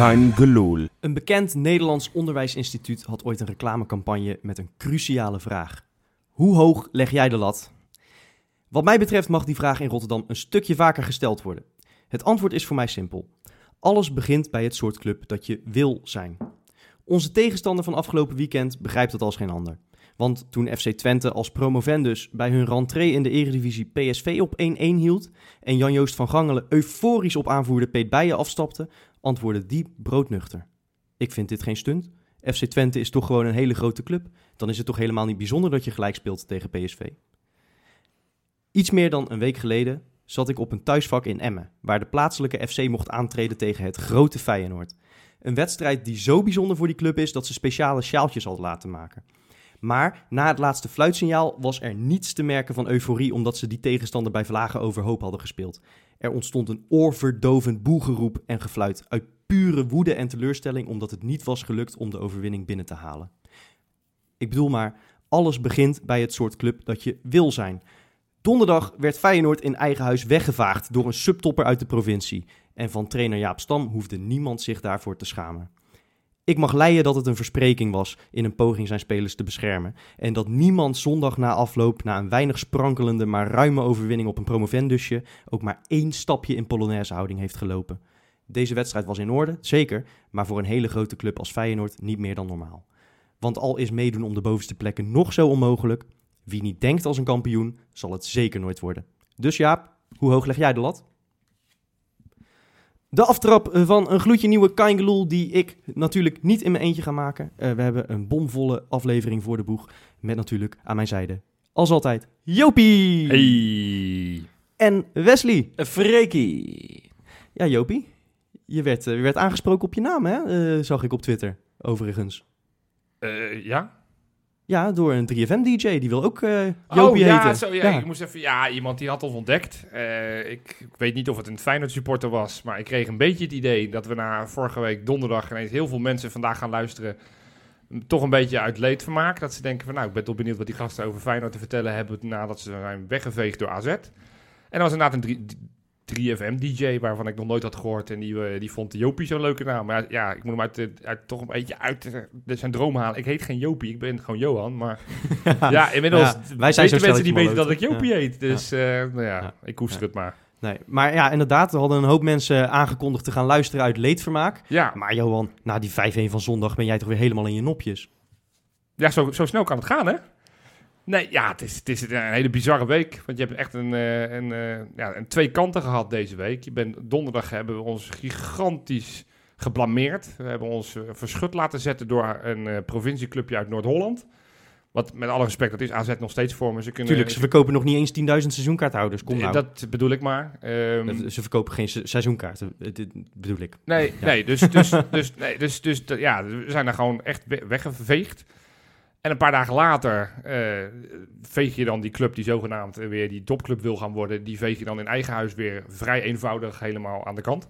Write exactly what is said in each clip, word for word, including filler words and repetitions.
Kein gelul. Een bekend Nederlands onderwijsinstituut had ooit een reclamecampagne met een cruciale vraag. Hoe hoog leg jij de lat? Wat mij betreft mag die vraag in Rotterdam een stukje vaker gesteld worden. Het antwoord is voor mij simpel. Alles begint bij het soort club dat je wil zijn. Onze tegenstander van afgelopen weekend begrijpt het als geen ander. Want toen F C Twente als promovendus bij hun rentree in de Eredivisie P S V op één-één hield en Jan-Joost van Gangelen euforisch op aanvoerder Peet Bijen afstapte, antwoordde die broodnuchter. Ik vind dit geen stunt. F C Twente is toch gewoon een hele grote club. Dan is het toch helemaal niet bijzonder dat je gelijk speelt tegen P S V. Iets meer dan een week geleden zat ik op een thuisvak in Emmen, waar de plaatselijke F C mocht aantreden tegen het grote Feyenoord. Een wedstrijd die zo bijzonder voor die club is dat ze speciale sjaaltjes had laten maken. Maar na het laatste fluitsignaal was er niets te merken van euforie omdat ze die tegenstander bij vlagen overhoop hadden gespeeld. Er ontstond een oorverdovend boegeroep en gefluit uit pure woede en teleurstelling omdat het niet was gelukt om de overwinning binnen te halen. Ik bedoel maar, alles begint bij het soort club dat je wil zijn. Donderdag werd Feyenoord in eigen huis weggevaagd door een subtopper uit de provincie. En van trainer Jaap Stam hoefde niemand zich daarvoor te schamen. Ik mag leien dat het een verspreking was in een poging zijn spelers te beschermen. En dat niemand zondag na afloop, na een weinig sprankelende maar ruime overwinning op een promovendusje, ook maar één stapje in Polonaise houding heeft gelopen. Deze wedstrijd was in orde, zeker, maar voor een hele grote club als Feyenoord niet meer dan normaal. Want al is meedoen om de bovenste plekken nog zo onmogelijk, wie niet denkt als een kampioen, zal het zeker nooit worden. Dus Jaap, hoe hoog leg jij de lat? De aftrap van een gloedje nieuwe Kein gelul die ik natuurlijk niet in mijn eentje ga maken. Uh, we hebben een bomvolle aflevering voor de boeg. Met natuurlijk aan mijn zijde, als altijd, Jopie! Hey! En Wesley. Freekie! Ja, Jopie, je werd, uh, je werd aangesproken op je naam, hè? Uh, zag ik op Twitter, overigens. Uh, ja? Ja, door een drie F M D J, die wil ook uh, Jopie oh, ja, heten. Zo, ja, ja, ik moest even, ja, iemand die had ons ontdekt. Uh, ik, ik weet niet of het een Feyenoord supporter was, maar ik kreeg een beetje het idee dat we na vorige week donderdag ineens heel veel mensen vandaag gaan luisteren. Toch een beetje uit leedvermaak. Dat ze denken van, nou, ik ben toch benieuwd wat die gasten over Feyenoord te vertellen hebben nadat ze zijn weggeveegd door A Z. En dat was inderdaad een drie, drie F M D J waarvan ik nog nooit had gehoord. En die, uh, die vond Jopie zo'n leuke naam. Maar ja, ik moet hem uit, uit, uit, toch een beetje uit uh, zijn droom halen. Ik heet geen Jopie, ik ben gewoon Johan. Maar ja, inmiddels ja, wij zijn weten mensen die weten dat leuk. ik Jopie ja. heet. Dus ja. Uh, nou ja, ja. ik koester ja. het maar. Nee, maar ja, inderdaad, er hadden een hoop mensen aangekondigd te gaan luisteren uit leedvermaak. Ja. Maar Johan, na die vijf-één van zondag ben jij toch weer helemaal in je nopjes? Ja, zo, zo snel kan het gaan, hè? Nee, ja, het is, het is een hele bizarre week. Want je hebt echt een, een, een, ja, een twee kanten gehad deze week. Je bent, donderdag hebben we ons gigantisch geblameerd. We hebben ons uh, verschut laten zetten door een uh, provincieclubje uit Noord-Holland. Wat met alle respect, dat is A Z nog steeds voor me. Ze kunnen, Tuurlijk, ze verkopen nog niet eens tienduizend seizoenkaarthouders. Kom nou. Dat bedoel ik maar. Um, ze verkopen geen se- seizoenkaarten, dit bedoel ik. Nee, ja. nee, dus, dus, dus, nee dus, dus ja, we zijn er gewoon echt we- weggeveegd. En een paar dagen later uh, veeg je dan die club die zogenaamd uh, weer die topclub wil gaan worden. Die veeg je dan in eigen huis weer vrij eenvoudig helemaal aan de kant.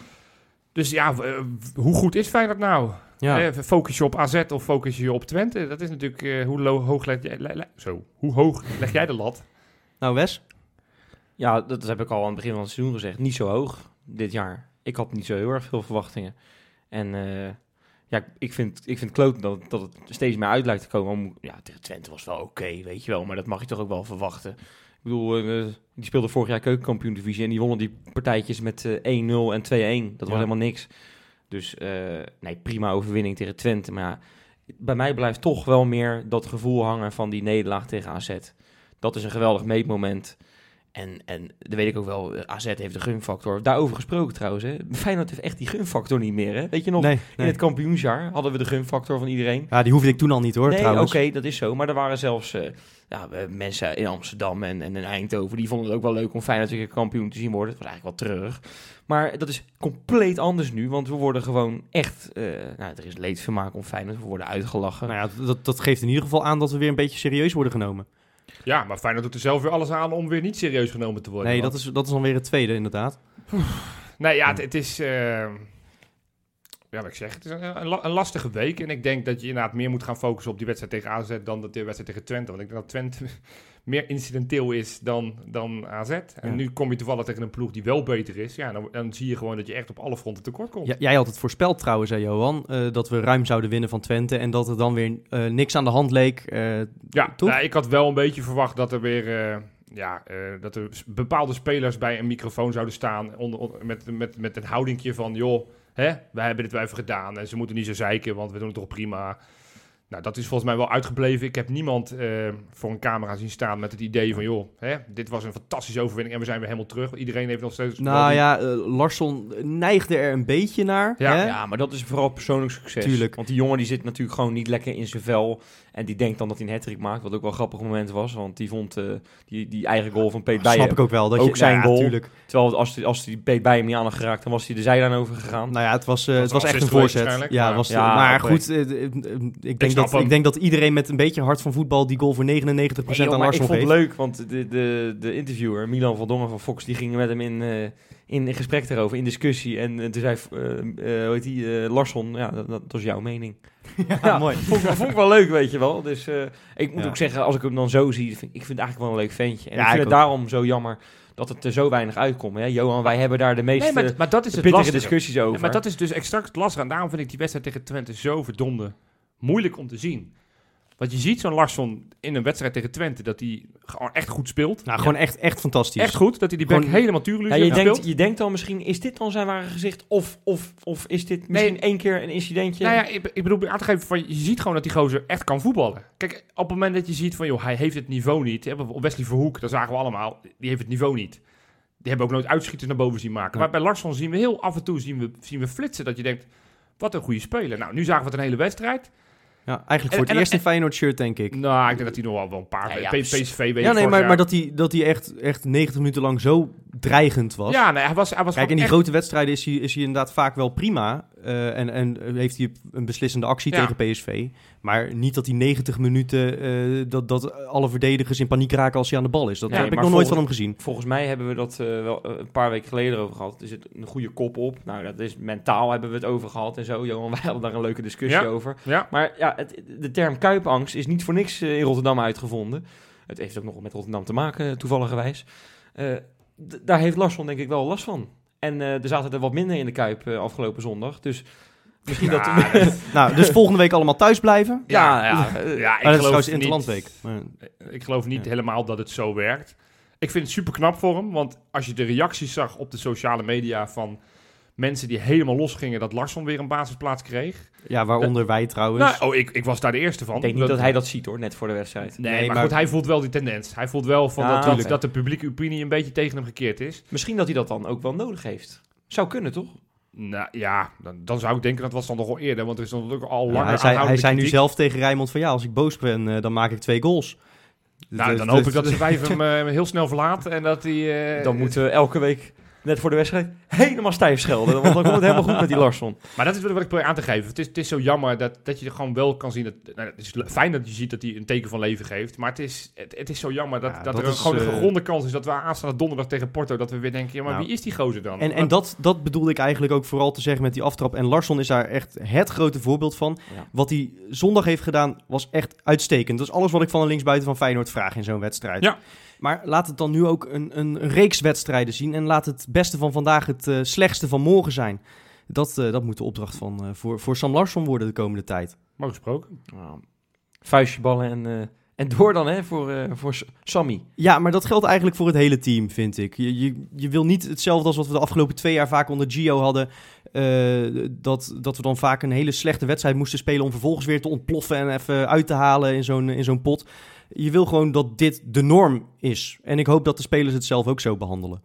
Dus ja, uh, hoe goed is Feyenoord nou? Ja. Uh, focus je op A Z of focus je op Twente? Dat is natuurlijk, uh, hoe, lo- hoog leg jij, le- le- zo, hoe hoog leg jij de lat? Nou Wes? Ja, dat heb ik al aan het begin van het seizoen gezegd. Niet zo hoog dit jaar. Ik had niet zo heel erg veel verwachtingen. En uh, ja, ik vind, ik vind het kloot dat, dat het steeds meer uit lijkt te komen. Om, ja, tegen Twente was wel oké, okay, weet je wel. Maar dat mag je toch ook wel verwachten. Ik bedoel, uh, die speelde vorig jaar keukenkampioen-divisie en die wonnen die partijtjes met uh, één nul en twee-één. Dat was ja. helemaal niks. Dus uh, nee, prima overwinning tegen Twente. Maar ja, bij mij blijft toch wel meer dat gevoel hangen van die nederlaag tegen A Z. Dat is een geweldig meetmoment. En, en dat weet ik ook wel, A Z heeft de gunfactor. Daarover gesproken trouwens, hè. Feyenoord heeft echt die gunfactor niet meer, hè. Weet je nog, nee, in nee. het kampioensjaar hadden we de gunfactor van iedereen. Ja, die hoefde ik toen al niet hoor, nee, trouwens. oké, okay, dat is zo. Maar er waren zelfs uh, ja, mensen in Amsterdam en, en in Eindhoven, die vonden het ook wel leuk om Feyenoord weer kampioen te zien worden. Het was eigenlijk wel treurig. Maar dat is compleet anders nu, want we worden gewoon echt... Uh, nou, er is leedvermaak om Feyenoord, we worden uitgelachen. Nou ja, dat, dat geeft in ieder geval aan dat we weer een beetje serieus worden genomen. Ja, maar Feyenoord doet er zelf weer alles aan om weer niet serieus genomen te worden. Nee, want... dat is, dat is dan weer het tweede, inderdaad. Nee, ja, het, het is... Uh... Ja, wat ik zeg, het is een, een, een lastige week. En ik denk dat je inderdaad meer moet gaan focussen op die wedstrijd tegen A Z dan dat de wedstrijd tegen Twente. Want ik denk dat Twente meer incidenteel is dan, dan A Z. En Ja. nu kom je toevallig tegen een ploeg die wel beter is. Ja, dan, dan zie je gewoon dat je echt op alle fronten tekort komt. Ja, jij had het voorspeld trouwens, hè, Johan, uh, dat we ruim zouden winnen van Twente en dat er dan weer uh, niks aan de hand leek. Uh, ja, toch? Nou, ik had wel een beetje verwacht dat er weer... Uh, Ja, uh, dat er bepaalde spelers bij een microfoon zouden staan onder, onder, met, met, met een houdingje van... joh, hè, wij hebben dit wel even gedaan en ze moeten niet zo zeiken, want we doen het toch prima. Nou, dat is volgens mij wel uitgebleven. Ik heb niemand uh, voor een camera zien staan met het idee van... joh, hè, dit was een fantastische overwinning en we zijn weer helemaal terug. Iedereen heeft nog steeds... Nou die... ja, uh, Larsson neigde er een beetje naar. Ja. Hè? Ja, maar dat is vooral persoonlijk succes. Tuurlijk. Want die jongen die zit natuurlijk gewoon niet lekker in zijn vel. En die denkt dan dat hij een hat-trick maakt. Wat ook wel een grappig moment was. Want die vond uh, die, die eigen goal van Peet Bijen... Snap ik ook wel. Dat ook je, zijn ja, goal. Tuurlijk. Terwijl als hij als die Peet Bijen niet aan had geraakt... dan was hij de zijlijn over gegaan. Nou ja, het was, uh, Dat het was was echt een assist voorzet. geweest Ja, maar- was, Ja, maar oprecht. goed, uh, uh, uh, ik, denk snap dat, hem. ik denk dat iedereen met een beetje hart van voetbal... die goal voor negenennegentig procent Nee, joh, aan maar Larsson ik vond geeft. het leuk, want de, de, de interviewer, Milan van Dongen van Fox... die ging met hem in, uh, in, in gesprek daarover, in discussie. En uh, toen zei uh, uh, hoe heet die, uh, Larsson... ja, dat, dat was jouw mening. Ja, Ja, mooi. Vond, ik- vond ik wel leuk, weet je wel. Dus uh, ik moet Ja. ook zeggen, als ik hem dan zo zie... Vind, ik vind het eigenlijk wel een leuk ventje. En Ja, ik vind ik het ook. daarom zo jammer dat het er zo weinig uitkomt. Hè? Johan, wij hebben daar de meeste Nee, maar, maar dat is de het pittige lastige. discussies over. Ja, maar dat is dus exact het lastige. En daarom vind ik die wedstrijd tegen Twente zo verdomde moeilijk om te zien. Want je ziet zo'n Larsson in een wedstrijd tegen Twente... dat hij gewoon echt goed speelt. Nou, gewoon echt, echt fantastisch. Echt goed, dat hij die back Gewoon- helemaal tuurlijk Ja, heeft je, denkt, gespeeld. je denkt dan misschien, is dit dan zijn ware gezicht? Of, of, of is dit misschien Nee. één keer een incidentje? Nou ja, ik, ik bedoel aan te geven, van, je ziet gewoon dat die gozer echt kan voetballen. Kijk, op het moment dat je ziet van, joh, hij heeft het niveau niet. Hè, bijvoorbeeld Wesley Verhoek, dat zagen we allemaal, die heeft het niveau niet. Die hebben ook nooit uitschieters naar boven zien maken. Nee. Maar bij Larsson zien we heel af en toe zien we, zien we flitsen dat je denkt, wat een goede speler. Nou, nu zagen we het een hele wedstrijd. Ja, eigenlijk voor En- het en- eerst en- een Feyenoord shirt, denk ik. Nou, ik denk dat hij nog wel, wel een paar... Ja, ja, P- P S V weet Ja, ik nee, vorig maar, jaar- maar dat hij, dat hij echt, echt negentig minuten lang zo dreigend was. Ja, nee, hij was, hij was Kijk, in gewoon die echt- grote wedstrijden is hij, is hij inderdaad vaak wel prima. Uh, en, en heeft hij een beslissende actie Ja. tegen P S V. Maar niet dat hij negentig minuten... Uh, dat, dat alle verdedigers in paniek raken als hij aan de bal is. Dat Nee, heb ik maar nog nooit van volgens- hem gezien. Volgens mij hebben we dat uh, wel uh, een paar weken geleden over gehad. Er zit een goede kop op. Nou, dat is mentaal hebben we het over gehad en zo. Johan, wij hadden daar een leuke discussie Ja. over. Ja, Maar ja, het, de term kuipangst is niet voor niks uh, in Rotterdam uitgevonden. Het heeft ook nog met Rotterdam te maken, toevalligerwijs. Uh, d- daar heeft Larsson denk ik wel last van. En uh, er zaten er wat minder in de Kuip uh, afgelopen zondag. Dus misschien Ja, dat... dat- Nou, dus volgende week allemaal thuis blijven. ja, ja, uh, ja, Oh, ik dat is geloof trouwens niet... Interlandweek. Maar- Ik geloof niet Ja. helemaal dat het zo werkt. Ik vind het super knap voor hem, want als je de reacties zag op de sociale media van mensen die helemaal losgingen dat Larsson weer een basisplaats kreeg. Ja, waaronder wij trouwens. Nou, oh, ik, ik was daar de eerste van. ik denk niet dat hij dat ziet hoor, net voor de wedstrijd. Nee, Nee, maar, maar- goed, hij voelt wel die tendens. Hij voelt wel van Ja, dat, dat, tuurlijk. dat de publieke opinie een beetje tegen hem gekeerd is. Misschien dat hij dat dan ook wel nodig heeft. Zou kunnen, toch? Nou ja, dan, dan zou ik denken dat was dan nog wel eerder, want er is dan ook al Ja, langer hij, zei, hij aanhoudende zei nu kritiek. zelf tegen Rijnmond van... ja, als ik boos ben, uh, dan maak ik twee goals. Nou, Dus- dan dus- hoop ik dat ze vijf hem uh, heel snel verlaat en dat hij... Uh, Dan moeten we elke week, net voor de wedstrijd, helemaal stijf schelden. Want dan komt het helemaal goed met die Larsson. Maar dat is wat ik probeer aan te geven. Het is, het is zo jammer dat, dat je er gewoon wel kan zien... Dat, nou, het is fijn dat je ziet dat hij een teken van leven geeft. Maar het is, het, het is zo jammer dat, Ja, dat, dat er een, is, gewoon een eh, gegronde kans is... dat we aanstaande donderdag tegen Porto... dat we weer denken, ja, maar Nou, wie is die gozer dan? En, en Want- dat, dat bedoelde ik eigenlijk ook vooral te zeggen met die aftrap. En Larsson is daar echt het grote voorbeeld van. Ja. Wat hij zondag heeft gedaan was echt uitstekend. Dat is alles wat ik van een linksbuiten van Feyenoord vraag in zo'n wedstrijd. Ja. Maar laat het dan nu ook een, een, een reeks wedstrijden zien. En laat het beste van vandaag het uh, slechtste van morgen zijn. Dat, uh, dat moet de opdracht van, uh, voor, voor Sam Larsson worden de komende tijd. Mooi gesproken. Nou, vuistje ballen en, uh, en door dan hè, voor, uh, voor Sammy. Ja, maar dat geldt eigenlijk voor het hele team, vind ik. Je, je, je wil niet hetzelfde als wat we de afgelopen twee jaar vaak onder Gio hadden. Uh, dat, dat we dan vaak een hele slechte wedstrijd moesten spelen om vervolgens weer te ontploffen en even uit te halen in zo'n, in zo'n pot. Je wil gewoon dat dit de norm is. En ik hoop dat de spelers het zelf ook zo behandelen.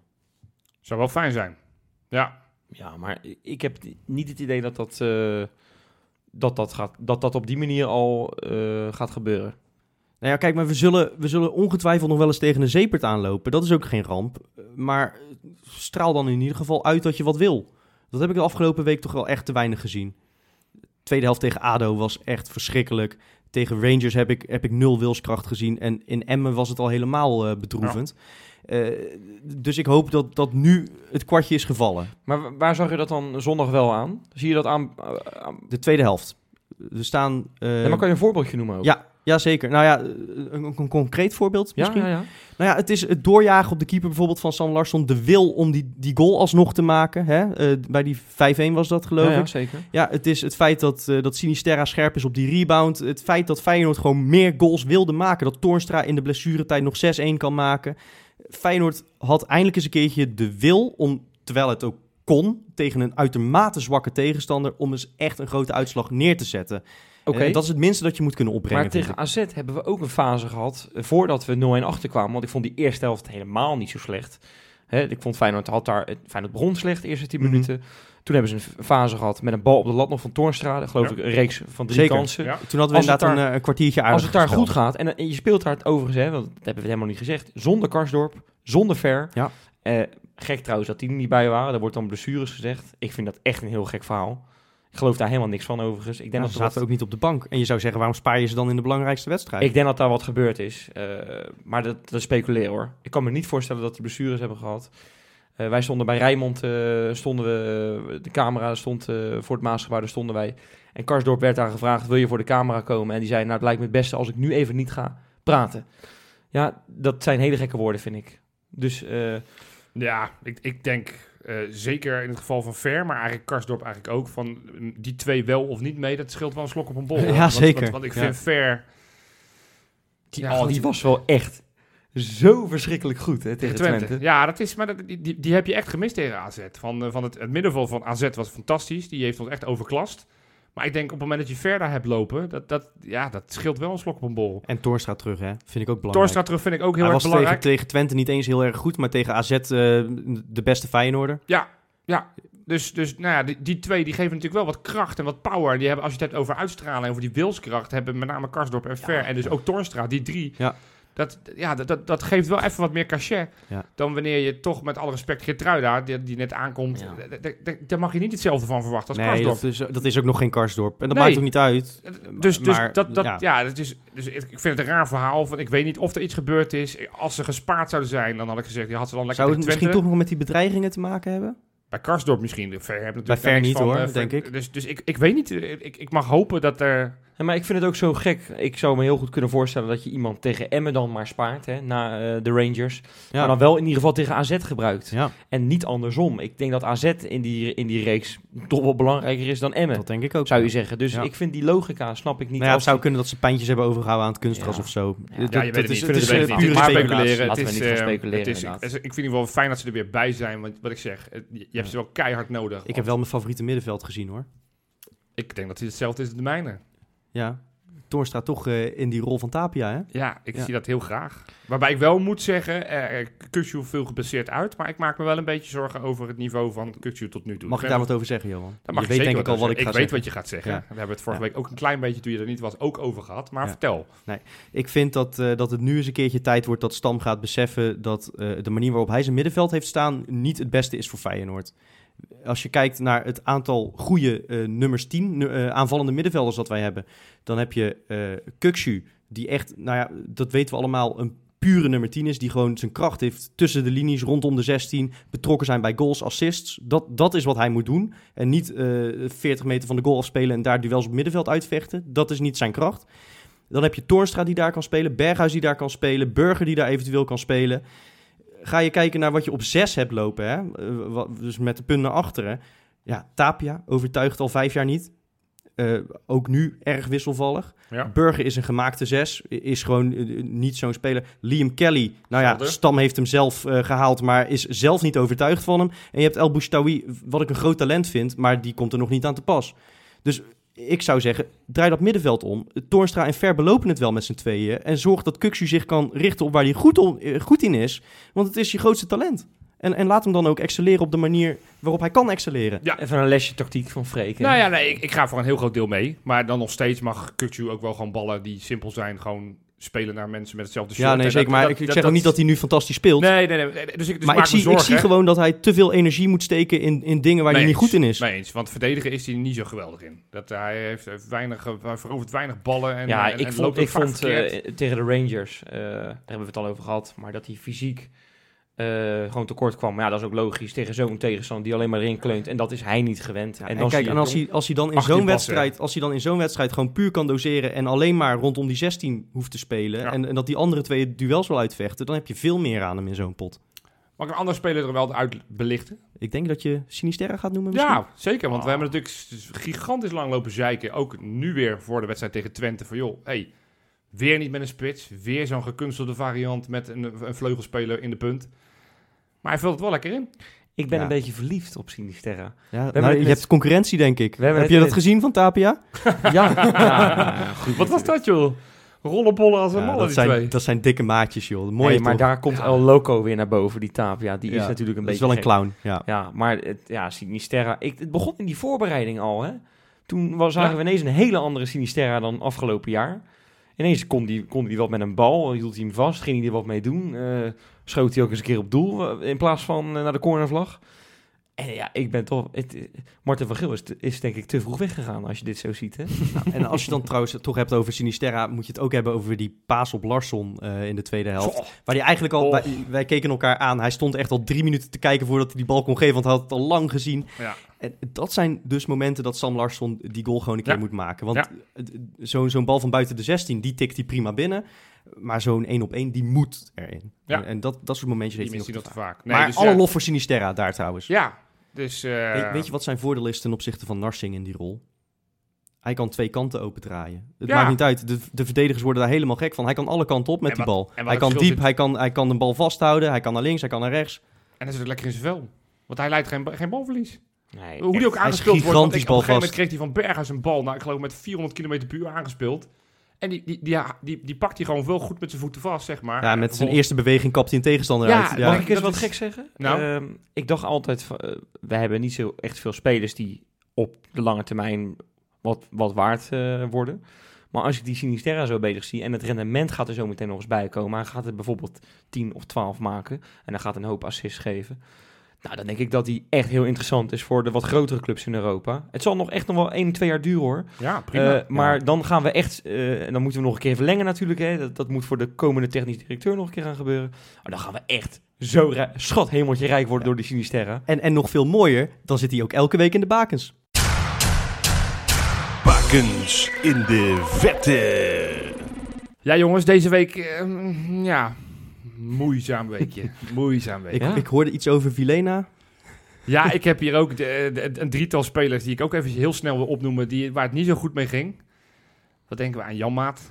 Zou wel fijn zijn. Ja. Ja, maar ik heb niet het idee dat dat, uh, dat, dat, gaat, dat, dat op die manier al uh, gaat gebeuren. Nou ja, kijk, maar we zullen, we zullen ongetwijfeld nog wel eens tegen een zeepert aanlopen. Dat is ook geen ramp. Maar straal dan in ieder geval uit dat je wat wil. Dat heb ik de afgelopen week toch wel echt te weinig gezien. Tweede helft tegen ADO was echt verschrikkelijk. Tegen Rangers heb ik, heb ik nul wilskracht gezien. En in Emmen was het al helemaal uh, bedroevend. Ja. Uh, dus ik hoop dat, dat nu het kwartje is gevallen. Maar waar zag je dat dan zondag wel aan? Zie je dat aan... Uh, aan... De tweede helft. We staan... Uh... Ja, maar kan je een voorbeeldje noemen ook? Ja, Jazeker. Nou ja, een, een concreet voorbeeld misschien. Ja, ja, ja. Nou ja, het is het doorjagen op de keeper bijvoorbeeld van Sam Larsson. De wil om die, die goal alsnog te maken. Hè? Uh, bij die vijf-een was dat, geloof ja, ja, ik. zeker. Ja, het is het feit dat, uh, dat Sinisterra scherp is op die rebound. Het feit dat Feyenoord gewoon meer goals wilde maken. Dat Toornstra in de blessuretijd nog zes-een kan maken. Feyenoord had eindelijk eens een keertje de wil om, terwijl het ook kon, tegen een uitermate zwakke tegenstander, om eens echt een grote uitslag neer te zetten. Oké. Okay. Uh, dat is het minste dat je moet kunnen opbrengen. Maar tegen A Z hebben we ook een fase gehad, uh, voordat we nul-een achterkwamen. Want ik vond die eerste helft helemaal niet zo slecht. Hè, ik vond Feyenoord had daar, Feyenoord begon slecht, de eerste tien Mm-hmm. minuten. Toen hebben ze een fase gehad met een bal op de lat nog van Toornstra. Geloof Ja. ik een reeks van drie Zeker. kansen. Ja. Toen hadden we Als het inderdaad daar- een, een kwartiertje aardig Als het daar gespeeld. goed gaat, en, en je speelt daar het overigens, hè, want dat hebben we helemaal niet gezegd, zonder Karsdorp, zonder Ver. Ja. Eh, gek trouwens dat die er niet bij waren. Daar wordt dan blessures gezegd. Ik vind dat echt een heel gek verhaal. Ik geloof daar helemaal niks van overigens. Ik denk, Ja, dat, ze er zaten wat, ook niet op de bank. En je zou zeggen, waarom spaar je ze dan in de belangrijkste wedstrijd? ik denk dat daar wat gebeurd is. Uh, maar dat, dat is speculeren hoor. Ik kan me niet voorstellen dat die blessures hebben gehad. Uh, wij stonden bij Rijnmond, uh, stonden we, uh, de camera stond uh, voor het Maasgebouw, daar stonden wij. En Karsdorp werd daar gevraagd, wil je voor de camera komen? En die zei, nou het lijkt me het beste als ik nu even niet ga praten. Ja, dat zijn hele gekke woorden vind ik. Dus uh, Ja, ik, ik denk uh, zeker in het geval van Ver, maar eigenlijk Karsdorp eigenlijk ook, van mm, die twee wel of niet mee, dat scheelt wel een slok op een bol. Ja, want, zeker. Want, want ik Ja. vind Ver... die, Ja, oh, die was wel echt zo verschrikkelijk goed hè, tegen Twente. Twente. Ja, dat is, maar dat, die, die, die heb je echt gemist tegen A Z. Van, uh, van het, het middenveld van A Z was fantastisch. Die heeft ons echt overklast. Maar ik denk op het moment dat je Ver hebt lopen, dat, dat, ja, dat scheelt wel een slok op een bol. En Toornstra terug, hè? Vind ik ook belangrijk. Toornstra terug vind ik ook heel Hij erg was belangrijk. tegen, tegen Twente niet eens heel erg goed, maar tegen A Z uh, de beste Feyenoorder. Ja, ja. Dus, dus nou ja, die, die twee die geven natuurlijk wel wat kracht en wat power. Die hebben, als je het hebt over uitstralen en over die wilskracht, hebben met name Karsdorp en Ver Ja. en dus ook Toornstra, die drie. Ja. Dat, ja, dat, dat, dat geeft wel even wat meer cachet Ja. dan wanneer je toch met alle respect Geertruida, die, die net aankomt, Ja. d- d- d- daar mag je niet hetzelfde van verwachten als Nee, Karsdorp. dat is, dat is ook nog geen Karsdorp. En dat Nee. maakt ook niet uit. Dus, dus Maar, dat, dat, ja. ja. dat is, dus ik ik vind het een raar verhaal. Van, ik weet niet of er iets gebeurd is. Als ze gespaard zouden zijn, dan had ik gezegd, je had ze dan lekker Zou het tegen misschien Twente. toch nog met die bedreigingen te maken hebben? Bij Karsdorp misschien. Ver heb natuurlijk Bij daar Ver niks niet, van, hoor, eh, denk ver- ik. Dus, dus ik, ik weet niet. eh, Ik, ik mag hopen dat er... Ja, maar ik vind het ook zo gek. Ik zou me heel goed kunnen voorstellen dat je iemand tegen Emmen dan maar spaart, hè, na uh, de Rangers. Ja. Maar dan wel in ieder geval tegen A Z gebruikt. Ja, En niet andersom. Ik denk dat A Z in die, in die reeks toch wel belangrijker is dan Emmen, dat denk ik ook. zou je zeggen. Dus Ja. ik vind die logica, snap ik niet. Nou ja, het als zou die- kunnen dat ze pijntjes hebben overgehouden aan het kunstgras Ja. of zo. Ja. Dat- Ja, je dat weet het is- niet. Het is We eh, weten het niet. pure Maar speculatie. speculeren. Laten Het we is, niet gaan eh, speculeren, het is- inderdaad. het is- Ik vind in ieder geval fijn dat ze er weer bij zijn. Want wat ik zeg, het- je je hebt ze wel keihard nodig. Ik heb wel mijn favoriete middenveld gezien, hoor. Ik denk dat het hetzelfde is als de mijne. Ja. Toornstra toch uh, in die rol van Tapia, hè? Ja, ik Ja. zie dat heel graag. Waarbij ik wel moet zeggen, uh, Kukçu veel geblesseerd uit. Maar ik maak me wel een beetje zorgen over het niveau van Kukçu tot nu toe. Mag ik ben daar wel- wat over zeggen, Johan? Daar mag je ik weet zeker denk ik al wat ik over ga zeggen. zeggen. Ik weet wat je gaat zeggen. Ja. Daar hebben we het vorige Ja. week ook een klein beetje, toen je er niet was, ook over gehad. Maar Ja. vertel. Ik vind dat, uh, dat het nu eens een keertje tijd wordt dat Stam gaat beseffen dat uh, de manier waarop hij zijn middenveld heeft staan niet het beste is voor Feyenoord. Als je kijkt naar het aantal goede uh, nummers tien, uh, aanvallende middenvelders dat wij hebben, dan heb je uh, Kukçu, die echt, nou ja, dat weten we allemaal, een pure nummer tien is, die gewoon zijn kracht heeft tussen de linies, rondom de zestien, betrokken zijn bij goals, assists. Dat, dat is wat hij moet doen. En niet uh, veertig meter van de goal afspelen en daar duels op het middenveld uitvechten. Dat is niet zijn kracht. Dan heb je Toornstra die daar kan spelen, Berghuis die daar kan spelen, Burger die daar eventueel kan spelen. Ga je kijken naar wat je op zes hebt lopen, hè? Uh, wat, dus met de punt naar achteren. Ja, Tapia overtuigt al vijf jaar niet. Uh, ook nu erg wisselvallig. Ja. Burger is een gemaakte zes, is gewoon uh, niet zo'n speler. Liam Kelly, nou ja, Zelder. Stam heeft hem zelf uh, gehaald, maar is zelf niet overtuigd van hem. En je hebt El Boustaoui, wat ik een groot talent vind, maar die komt er nog niet aan te pas. Dus ik zou zeggen, draai dat middenveld om. Toornstra en Ver belopen het wel met z'n tweeën. En zorg dat Kukçu zich kan richten op waar hij goed, on, uh, goed in is. Want het is je grootste talent. En, en laat hem dan ook excelleren op de manier waarop hij kan excelleren. Ja. Even een lesje tactiek van Freek. hè? Nou ja, nee, ik, ik ga voor een heel groot deel mee. Maar dan nog steeds mag Kukçu ook wel gewoon ballen die simpel zijn. Gewoon spelen naar mensen met hetzelfde shirt. Ja, nee, En zeker. dat- Maar dat- ik dat- zeg ook niet dat hij nu fantastisch speelt. Nee, nee, nee. Dus ik, dus maar maak ik me zie, ik zorgen. zie gewoon dat hij te veel energie moet steken in, in dingen waar Mee hij niet eens, goed in is. Mee eens, want verdedigen is hij niet zo geweldig in. Dat, hij heeft, heeft weinig, hij verovert weinig ballen en, ja, en, ik en vond, loopt ook ik vaak vond verkeerd. uh, tegen de Rangers, uh, daar hebben we het al over gehad, maar dat hij fysiek uh, gewoon tekort kwam. Maar ja, dat is ook logisch tegen zo'n tegenstander die alleen maar erin kleunt. En dat is hij niet gewend. Ja, en en, dan kijk, zie en je als het hij, als hij dan in achttien zo'n passen. wedstrijd, als hij dan in zo'n wedstrijd gewoon puur kan doseren en alleen maar rondom die zestien hoeft te spelen Ja. en, en dat die andere twee duels wil uitvechten, dan heb je veel meer aan hem in zo'n pot. Mag ik een andere speler er wel uit belichten? Ik denk dat je Sinisterra gaat noemen misschien. Ja, zeker. Want Ah. we hebben natuurlijk s- gigantisch lang lopen zeiken. Ook nu weer voor de wedstrijd tegen Twente. Van joh, hey, weer niet met een spits. Weer zo'n gekunstelde variant met een, een vleugelspeler in de punt. Maar hij vult het wel lekker in. Ik ben Ja. een beetje verliefd op Sinisterra. Ja, hebben nou, het je net- hebt concurrentie, denk ik. We hebben Heb het je dat net- gezien van Tapia? Ja, ja, ja, goed. Wat was dat joh? Rollenbollen als een Ja, malle dat, die zijn, twee. dat zijn dikke maatjes, joh. Mooi, Hey, maar toch? daar komt El Loco weer naar boven, die Tapia. Die Ja, is natuurlijk een dat is beetje wel een gek. clown, ja. Ja, maar het, ja, Sinisterra... Ik, het begon in die voorbereiding al, hè. Toen was, zagen Ja. we ineens een hele andere Sinisterra dan afgelopen jaar. Ineens kon die, kon die wat met een bal, hield hij hem vast, ging hij er wat mee doen. eh, schoot hij ook eens een keer op doel, eh, in plaats van eh, naar de cornervlag. En ja, ik ben toch... Het, eh, Marten van Geel is, te- is denk ik te vroeg weggegaan, als je dit zo ziet, hè. Nou, en als je dan trouwens het toch hebt over Sinisterra, moet je het ook hebben over die paas op Larsson eh, in de tweede helft. Zo. Waar hij eigenlijk al... Oh. Wij, wij keken elkaar aan. Hij stond echt al drie minuten te kijken voordat hij die bal kon geven, want hij had het al lang gezien. Ja. En dat zijn dus momenten dat Sam Larsson die goal gewoon een keer Ja. moet maken. Want Ja. het- zo'n zo'n bal van buiten de zestien, die tikt hij prima binnen. Maar zo'n één op één, die moet erin. Ja. En, en dat, dat soort momentjes Die heeft hij mist nog hij te nog te vaak. vaak. Nee, maar dus alle ja, lof voor Sinisterra daar trouwens. Ja, dus... eh, Weet, weet je wat zijn voordeel is ten opzichte van Narsing in die rol? Hij kan twee kanten opendraaien. Het Ja. maakt niet uit. De, de verdedigers worden daar helemaal gek van. Hij kan alle kanten op met En die wat- bal. en wat Hij het kan verschil diep, zit- hij kan, hij kan de bal vasthouden. Hij kan naar links, hij kan naar rechts. En hij zit ook lekker in zijn vel. Want hij leidt geen, geen balverlies. Nee, Hoe die ook hij is aangespeeld wordt. Want gigantisch ik, op een gegeven moment balvast. kreeg hij van Berghuis een bal. Nou, ik geloof met vierhonderd kilometer per uur aangespeeld. En die, die, die, ja, die, die pakt hij gewoon wel goed met zijn voeten vast, zeg maar. Ja, En met zijn vervolgens- eerste beweging kapt hij een tegenstander Ja, uit. mag Mag ik eens dat wat is- gek zeggen? Nou? Ehm, ik dacht altijd, van, eh, we hebben niet zo echt veel spelers die op de lange termijn wat, wat waard eh, worden. Maar als ik die Sinisterra zo bezig zie en het rendement gaat er zo meteen nog eens bij komen. Hij gaat er bijvoorbeeld tien of twaalf maken en hij gaat een hoop assists geven. Nou, dan denk ik dat hij echt heel interessant is voor de wat grotere clubs in Europa. Het zal nog echt nog wel één, twee jaar duren hoor. Ja, prima. Eh, maar Ja. dan gaan we echt, eh, en dan moeten we nog een keer verlengen natuurlijk. Hè. Dat, dat moet voor de komende technisch directeur nog een keer gaan gebeuren. Maar dan gaan we echt zo rij- schat hemeltje rijk worden door die Sinisterra. En, en nog veel mooier, dan zit hij ook elke week in de bakens. Bakens in de vette. Ja, jongens, deze week... eh, ja, moeizaam weekje. moeizaam week. Ik, Ja. ik hoorde iets over Vilena. Ja, ik heb hier ook de, de- een drietal spelers die ik ook even heel snel wil opnoemen, die, waar het niet zo goed mee ging. Wat denken we aan Janmaat?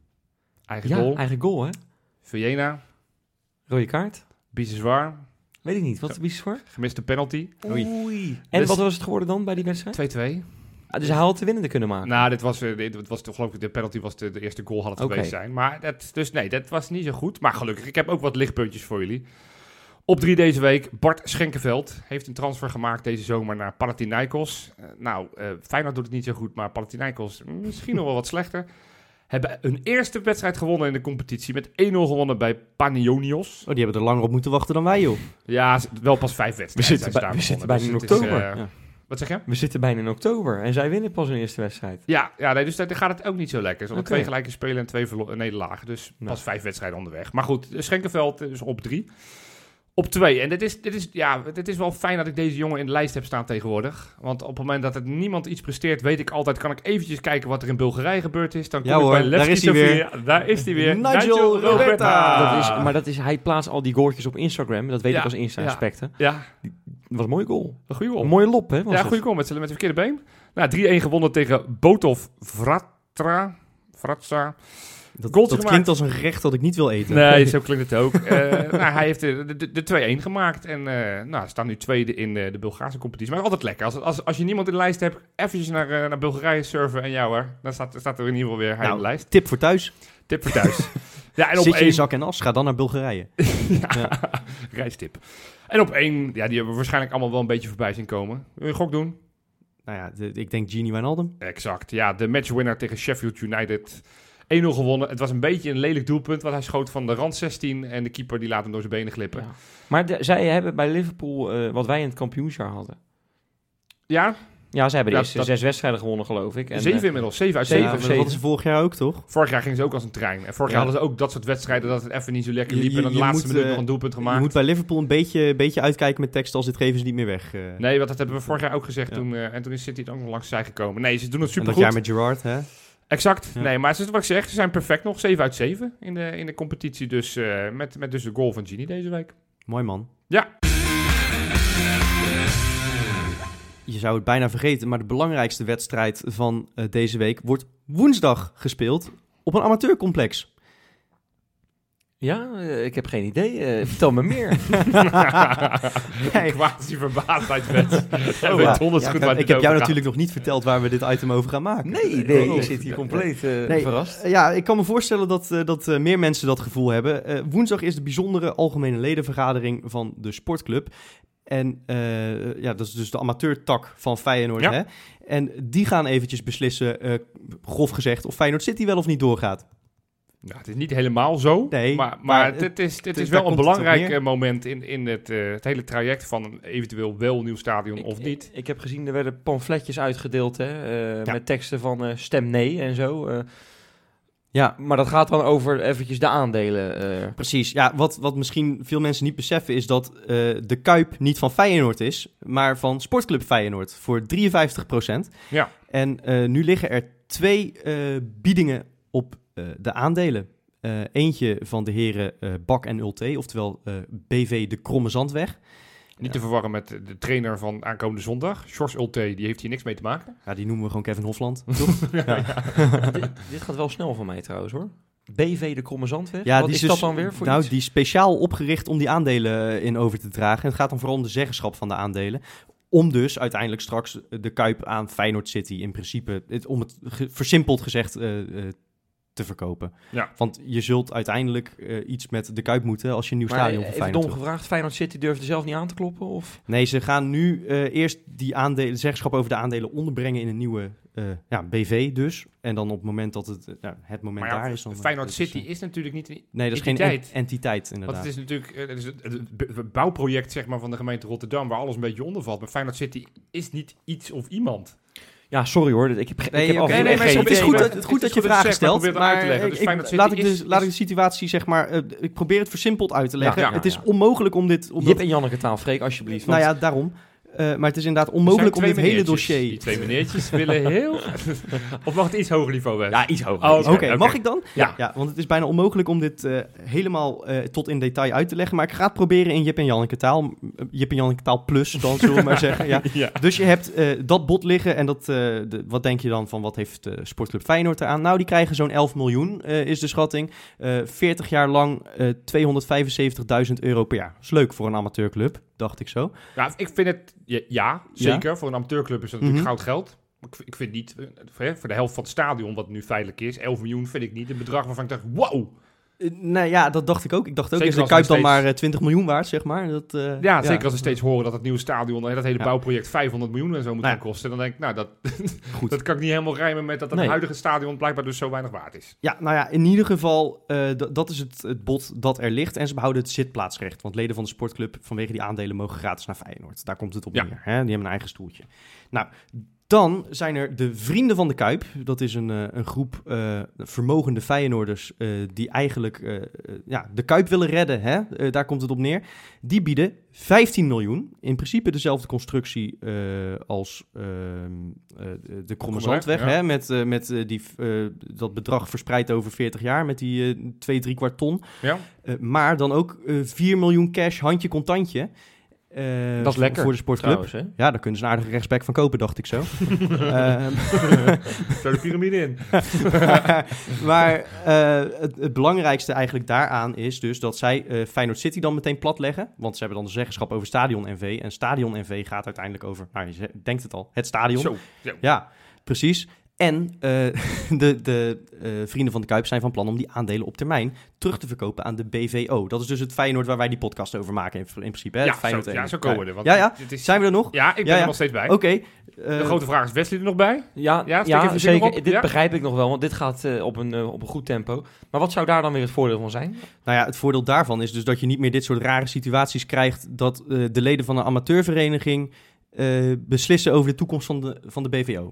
Eigen Ja, goal. eigen goal hè. Villena. Rode kaart. Biseswar. Weet ik niet, wat is het voor? Gemiste penalty. Oei. En Dus- wat was het geworden dan bij die wedstrijd? twee-twee. Ah, dus hij had de winnende kunnen maken. Nou, dit was, eh, dit was toch geloof ik, de penalty was de, de eerste goal had het Oké. geweest zijn. Maar dat, dus nee, dat was niet zo goed. Maar gelukkig, ik heb ook wat lichtpuntjes voor jullie. Op drie deze week, Bart Schenkeveld heeft een transfer gemaakt deze zomer naar Panathinaikos. Uh, nou, uh, Feyenoord doet het niet zo goed, maar Panathinaikos misschien nog wel wat slechter. Hebben een eerste wedstrijd gewonnen in de competitie met één nul gewonnen bij Panionios. Oh, die hebben er langer op moeten wachten dan wij, joh. Ja, wel pas vijf we wedstrijden. zitten, zijn bij, ze we daar zitten bijna in begonnen. Dus het oktober. is, uh, Ja. Wat zeg je? We zitten bijna in oktober en zij winnen pas hun eerste wedstrijd. Ja, ja nee, dus daar gaat het ook niet zo lekker. Ze hadden Oké. twee gelijke spelen en twee verlo- nederlagen. Dus Nou. pas vijf wedstrijden onderweg. Maar goed, Schenkenveld is op drie. Op twee. En dit is, dit, is, ja, dit is wel fijn dat ik deze jongen in de lijst heb staan tegenwoordig. Want op het moment dat het niemand iets presteert, weet ik altijd, kan ik eventjes kijken wat er in Bulgarije gebeurd is. Dan kom Ja ik hoor, bij Levski daar is hij Sofia. Daar is hij weer. Nigel Roberta. Dat is, maar dat is, hij plaatst al die goaltjes op Instagram. Dat weet Ja, ik als Insta-aspecten. Ja, Dat was een mooie goal. een goede goal. Een mooie lop, hè? Was Ja, het. goede goal met, z'n- met zijn verkeerde been. Nou, drie-één gewonnen tegen Botov Vratra. Vratsa. Dat, Goals dat gemaakt. klinkt als een gerecht dat ik niet wil eten. Nee, zo klinkt het ook. Eh, nou, hij heeft de, de, de twee-één gemaakt. En uh, nou, staan nu tweede in de, de Bulgaarse competitie. Maar altijd lekker. Als, als, als je niemand in de lijst hebt, eventjes naar, uh, naar Bulgarije surfen en jou hoor. Dan staat, staat er in ieder geval weer hij Nou, in de lijst. Tip voor thuis. Tip voor thuis. Ja, en op Zit je in één... zak en as, ga dan naar Bulgarije. ja, reistip. En op één, ja, die hebben we waarschijnlijk allemaal wel een beetje voorbij zien komen. Wil je een gok doen? Nou ja, de- ik denk Gini Wijnaldum. Exact. Ja, de matchwinner tegen Sheffield United. één nul gewonnen. Het was een beetje een lelijk doelpunt, want hij schoot van de rand zestien en de keeper die laat hem door zijn benen glippen. Ja. Maar de- zij hebben bij Liverpool uh, wat wij in het kampioensjaar hadden. Ja? Ja, ze hebben de Dat- eerste dat- zes wedstrijden gewonnen, geloof ik. En, zeven eh, inmiddels, zeven uit zeven zeven. Ja, of maar dat zeven. hadden ze vorig jaar ook, toch? Vorig jaar gingen ze ook als een trein. En vorig Ja. jaar hadden ze ook dat soort wedstrijden dat het even niet zo lekker Je- liep. je- en dan de je laatste moet, minuut eh, nog een doelpunt Je gemaakt. moet bij Liverpool een beetje, beetje uitkijken met tekst als dit geven ze niet meer weg. eh. Nee, want dat hebben we vorig jaar ook gezegd Ja. toen. eh, en toen is City het ook nog langs zij gekomen. Nee, ze doen het en super dat jaar goed. met Gerrard, hè? Exact. Ja. Nee, maar het is wat ik zeg. Ze zijn perfect nog. zeven uit zeven in de, in de competitie. Dus eh, met, met dus de goal van Gini deze week. Mooi man. Ja. Je zou het bijna vergeten, maar de belangrijkste wedstrijd van uh, deze week wordt woensdag gespeeld op een amateurcomplex. Ja, uh, ik heb geen idee. Uh, vertel me meer. Kijk, quasi verbaasdheid werd. Oh, ja. Ja, ik heb, ik heb jou natuurlijk nog niet verteld waar we dit item over gaan maken. Nee, nee, Oh. ik zit hier compleet uh, Nee, verrast. Uh, ja, ik kan me voorstellen dat, uh, dat uh, meer mensen dat gevoel hebben. Uh, woensdag is de bijzondere algemene ledenvergadering van de sportclub. En uh, ja, dat is dus de amateurtak van Feyenoord. Ja. Hè? En die gaan eventjes beslissen, uh, grof gezegd, of Feyenoord City wel of niet doorgaat. Nou, het is niet helemaal zo, Nee, maar, maar, maar het, het is, het het- is daar wel een komt het op belangrijk neer. eh, moment in, in het, uh, het hele traject van een eventueel wel nieuw stadion of Ik- niet. Ik, ik heb gezien, er werden pamfletjes uitgedeeld hè, uh, Ja. met teksten van uh, stem nee en zo. Uh, Ja, maar dat gaat dan over eventjes de aandelen. Uh. precies. Ja, wat, wat misschien veel mensen niet beseffen is dat uh, de Kuip niet van Feyenoord is, maar van Sportclub Feyenoord voor drieënvijftig procent. Ja. En uh, nu liggen er twee uh, biedingen op uh, de aandelen. Uh, eentje van de heren uh, Bak en Ulte, oftewel uh, B V de Kromme Zandweg. Niet Ja. te verwarren met de trainer van aankomende zondag. Sjors Ulte, die heeft hier niks mee te maken. Ja, die noemen we gewoon Kevin Hofland, toch? ja. dit, dit gaat wel snel van mij trouwens hoor. B V de Kromme Zandweg? Ja, Wat die is dus- dat dan weer voor Nou, iets? die is speciaal opgericht om die aandelen in over te dragen. En het gaat dan vooral om de zeggenschap van de aandelen. Om dus uiteindelijk straks de Kuip aan Feyenoord City in principe, het, om het ge- versimpeld gezegd, uh, uh, te verkopen. Ja. Want je zult uiteindelijk uh, iets met de Kuip moeten als je een nieuw Maar stadion voor even Feyenoord dom wil. gevraagd, Feyenoord City durfde zelf niet aan te kloppen? Of? Nee, ze gaan nu uh, eerst die aandelen, de zeggenschap over de aandelen onderbrengen in een nieuwe uh, ja, B V dus. En dan op het moment dat het, uh, nou, het moment Maar ja, daar is... Dan, Feyenoord dat is, City uh, is natuurlijk niet... Nee, dat is geen entiteit. en- entiteit inderdaad. Want het is natuurlijk eh, het, is het, het b- het bouwproject zeg maar, van de gemeente Rotterdam, waar alles een beetje onder valt. Maar Feyenoord City is niet iets of iemand. Ja, sorry hoor. Ik heb, Nee, ik heb oké, af en toe nee, echt maar geen het is idee. goed Maar dat, het het goed is dat je goed dat je vragen het zegt, maar stelt, probeer het uit te maar leggen. Dus ik- Feyenoord laat, City ik is- dus, laat ik is- de situatie zeg maar, uh, ik probeer het versimpeld uit te leggen. Ja, ja, het is ja. onmogelijk om dit, om Jip dat, en Janneke taal, Freek, alsjeblieft. nou want- ja, daarom. Uh, maar het is inderdaad Er onmogelijk om zijn dit twee hele meneertjes. dossier... Die twee meneertjes willen heel... Of mag het iets hoger niveau zijn? Ja, iets hoger. Oh, iets Oké, hoger. mag ik dan? Ja. ja. Want het is bijna onmogelijk om dit uh, helemaal uh, tot in detail uit te leggen. Maar ik ga het proberen in Jip en Janneke taal. Uh, Jip en Janneke taal plus, dan zullen we maar zeggen. Ja. Ja. Dus je hebt uh, dat bod liggen en dat, uh, de, wat denk je dan van wat heeft uh, Sportclub Feyenoord eraan? Nou, die krijgen zo'n elf miljoen, uh, is de schatting. Uh, veertig jaar lang uh, tweehonderdvijfenzeventigduizend euro per jaar. Dat is leuk voor een amateurclub, dacht ik zo. Ja, ik vind het... Ja, ja zeker. Voor een amateurclub is dat natuurlijk Mhm. goud geld. Maar ik, ik vind niet... eh, Voor de helft van het stadion, wat nu feitelijk is, elf miljoen vind ik niet een bedrag waarvan ik dacht, wow! Uh, nou ja, dat dacht ik ook. Ik dacht ook, Zeker is de als Kuip er dan steeds- maar uh, twintig miljoen waard, zeg maar. Dat, uh, Ja, zeker als we steeds horen dat het nieuwe stadion, eh, dat hele Ja. bouwproject vijfhonderd miljoen en zo moet Nou gaan ja. kosten. Dan denk ik, nou, dat, Goed. dat kan ik niet helemaal rijmen met dat het Nee. huidige stadion blijkbaar dus zo weinig waard is. Ja, nou ja, in ieder geval, uh, d- dat is het, het bod dat er ligt. En ze behouden het zitplaatsrecht. Want leden van de sportclub vanwege die aandelen mogen gratis naar Feyenoord. Daar komt het op Ja. neer. Hè? Die hebben een eigen stoeltje. Nou, dan zijn er de Vrienden van de Kuip. Dat is een, uh, een groep uh, vermogende Feyenoorders uh, die eigenlijk uh, uh, ja, de Kuip willen redden. Hè? Uh, daar komt het op neer. Die bieden vijftien miljoen. In principe dezelfde constructie uh, als uh, uh, de Kromme Zandweg. ja. Hè? Met, uh, met uh, die, uh, dat bedrag verspreid over veertig jaar met die uh, twee, drie kwart ton. Ja? Uh, maar dan ook uh, vier miljoen cash, handje contantje. Uh, Dat is lekker, voor de sportclub. trouwens, hè? Ja, daar kunnen ze een aardige rechtsback van kopen, dacht ik zo. Ehm, Zo de piramide in. maar uh, het, het belangrijkste eigenlijk daaraan is dus dat zij uh, Feyenoord City dan meteen platleggen. Want ze hebben dan de zeggenschap over Stadion N V. En Stadion N V gaat uiteindelijk over, nou je ze- denkt het al, het stadion. Zo. Zo. Ja, precies. En uh, de, de uh, Vrienden van de Kuip zijn van plan om die aandelen op termijn terug te verkopen aan de B V O. Dat is dus het Feyenoord waar wij die podcast over maken in, in principe. Hè? Ja, Het Feyenoord zo, en- ja, zo komen we er. Want Ja, ja. Het is, Zijn we er nog? ja, ik ben Ja, ja. er nog steeds bij. Oké. uh, De grote vraag is, Wesley er nog bij? Ja, Ja, ja, steek even je vinger zeker. op. Dit Ja. begrijp ik nog wel, want dit gaat uh, op, een, uh, op een goed tempo. Maar wat zou daar dan weer het voordeel van zijn? Nou ja, het voordeel daarvan is dus dat je niet meer dit soort rare situaties krijgt dat uh, de leden van een amateurvereniging uh, beslissen over de toekomst van de, van de B V O.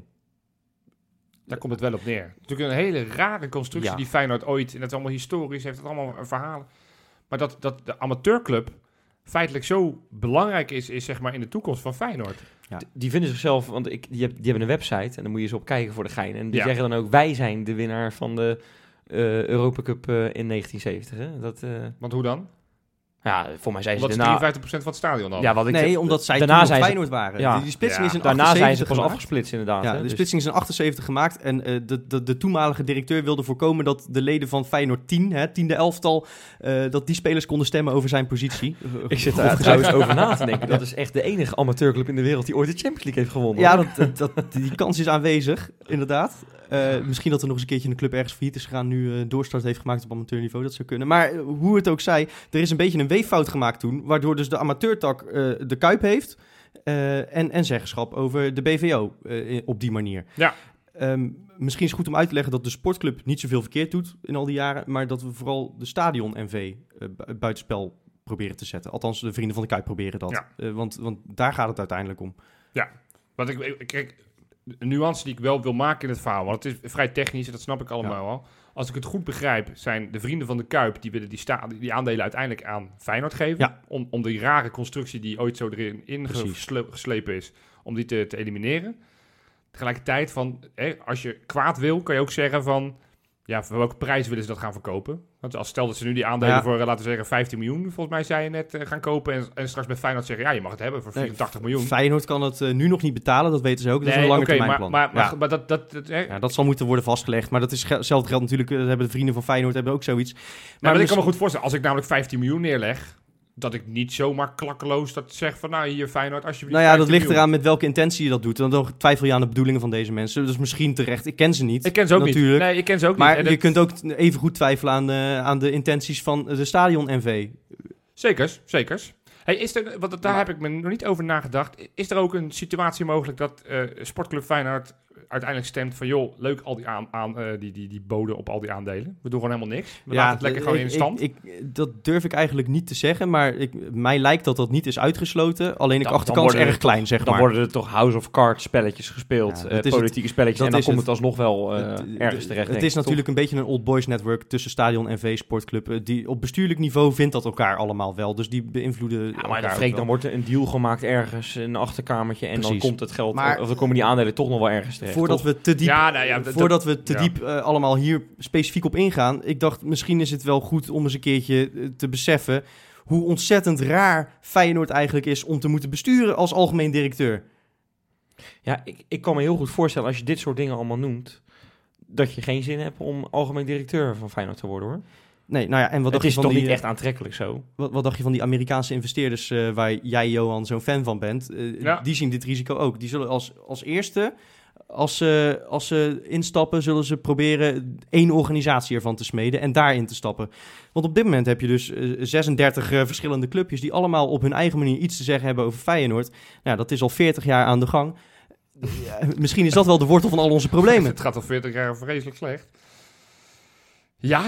Daar komt het wel op neer. Het is natuurlijk een hele rare constructie ja. die Feyenoord ooit... en dat is allemaal historisch, heeft het allemaal verhalen. Maar dat, dat de amateurclub feitelijk zo belangrijk is, is zeg maar in de toekomst van Feyenoord. Ja. Die vinden zichzelf, want ik, die, heb, die hebben een website en dan moet je eens op kijken voor de gein. En die ja. zeggen dan ook, wij zijn de winnaar van de uh, Europa Cup uh, in negentien zeventig. Hè? Dat, uh, want hoe dan? Ja, voor mij zijn ze omdat daarna... ze drieënvenvijftig procent van het stadion hadden. Ja, wat ik nee, zeg, omdat zij daarna toen Feyenoord waren. Ja. Die, die splitsing ja. is in daarna zijn ze pas gemaakt. afgesplitst inderdaad. Ja, hè? de dus... splitsing is in achtenzeventig gemaakt. En uh, de, de, de toenmalige directeur wilde voorkomen dat de leden van Feyenoord tien, hè, tiende elftal, uh, dat die spelers konden stemmen over zijn positie. Ik zit daar trouwens over na te denken. Dat is echt de enige amateurclub in de wereld die ooit de Champions League heeft gewonnen. Ja, dat, dat, dat, die kans is aanwezig, inderdaad. Uh, misschien dat er nog eens een keertje een club ergens failliet is gegaan, nu uh, doorstart heeft gemaakt op amateurniveau, dat zou kunnen. Maar uh, hoe het ook zij, er is een beetje een weeffout gemaakt toen, waardoor dus de amateurtak uh, de Kuip heeft uh, en, en zeggenschap over de B V O uh, op die manier. Ja. Um, misschien is het goed om uit te leggen dat de sportclub niet zoveel verkeerd doet in al die jaren, maar dat we vooral de stadion-N V uh, bu- buitenspel proberen te zetten. Althans, de vrienden van de Kuip proberen dat. Ja. Uh, want, want daar gaat het uiteindelijk om. Ja, want ik, ik kijk, een nuance die ik wel wil maken in het verhaal, want het is vrij technisch en dat snap ik allemaal al. Ja. Als ik het goed begrijp, zijn de vrienden van de Kuip, die willen die, sta- die aandelen uiteindelijk aan Feyenoord geven. Ja. Om, om die rare constructie die ooit zo erin ingeslepen is, om die te, te elimineren. Tegelijkertijd van, hè, als je kwaad wil, kan je ook zeggen van, ja, voor welke prijs willen ze dat gaan verkopen? Want als stel dat ze nu die aandelen ja. voor, laten we zeggen, vijftien miljoen, volgens mij zei je net, uh, gaan kopen. En, en straks bij Feyenoord zeggen, ja, je mag het hebben voor vierentachtig nee, miljoen. Feyenoord kan het uh, nu nog niet betalen, dat weten ze ook. Dat nee, is een lange okay, termijn plan. Maar, maar, ja. maar, maar dat, dat, dat, hè? Ja, dat zal moeten worden vastgelegd. Maar dat is hetzelfde geldt natuurlijk, uh, hebben de vrienden van Feyenoord hebben ook zoiets. Maar, maar dus, ik kan me goed voorstellen, als ik namelijk vijftien miljoen neerleg, dat ik niet zomaar klakkeloos dat zeg van, nou hier Feyenoord, alsjeblieft. Nou ja, dat ligt miljoen. eraan met welke intentie je dat doet. En dan twijfel je aan de bedoelingen van deze mensen. Dus misschien terecht. Ik ken ze niet. Ik ken ze ook natuurlijk. niet. Nee, ik ken ze ook maar niet. Maar je het... kunt ook even goed twijfelen aan de, aan de intenties van de stadion-N V. Zekers, zekers. Hey, is er, want daar maar, heb ik me nog niet over nagedacht. Is er ook een situatie mogelijk dat uh, Sportclub Feyenoord uiteindelijk stemt van, joh, leuk al die, aan, aan, uh, die, die, die boden op al die aandelen. We doen gewoon helemaal niks. We ja, laten het lekker gewoon ik, in stand. Ik, ik, dat durf ik eigenlijk niet te zeggen, maar ik, mij lijkt dat dat niet is uitgesloten. Alleen de achterkant is erg klein, toch, zeg dan maar. Dan worden er toch House of Cards spelletjes gespeeld, ja, uh, politieke het, spelletjes, en dan komt het, het alsnog wel uh, het, ergens terecht. Het is natuurlijk toch? Een beetje een old boys network tussen stadion en V sportclub. Die, op bestuurlijk niveau vindt dat elkaar allemaal wel, dus die beïnvloeden ja, maar dan, Freek, dan wordt er een deal gemaakt ergens, een achterkamertje, en Precies. dan komt het geld, maar, of dan komen die aandelen toch nog wel ergens terecht. Voordat toch? we te diep... Ja, nou ja, dat, Voordat we te ja. diep uh, allemaal hier specifiek op ingaan, ik dacht misschien is het wel goed om eens een keertje uh, te beseffen hoe ontzettend raar Feyenoord eigenlijk is om te moeten besturen als algemeen directeur. Ja, ik, ik kan me heel goed voorstellen als je dit soort dingen allemaal noemt, dat je geen zin hebt om algemeen directeur van Feyenoord te worden, hoor. Nee, nou ja, en wat het dacht is je van toch die, niet echt aantrekkelijk zo? Wat, wat dacht je van die Amerikaanse investeerders uh, waar jij, Johan, zo'n fan van bent? Uh, ja. Die zien dit risico ook. Die zullen als, als eerste... Als ze, als ze instappen, zullen ze proberen één organisatie ervan te smeden en daarin te stappen. Want op dit moment heb je dus uh, zesendertig uh, verschillende clubjes die allemaal op hun eigen manier iets te zeggen hebben over Feyenoord. Nou, dat is al veertig jaar aan de gang. Ja, misschien is dat wel de wortel van al onze problemen. Het gaat al veertig jaar vreselijk slecht. Ja...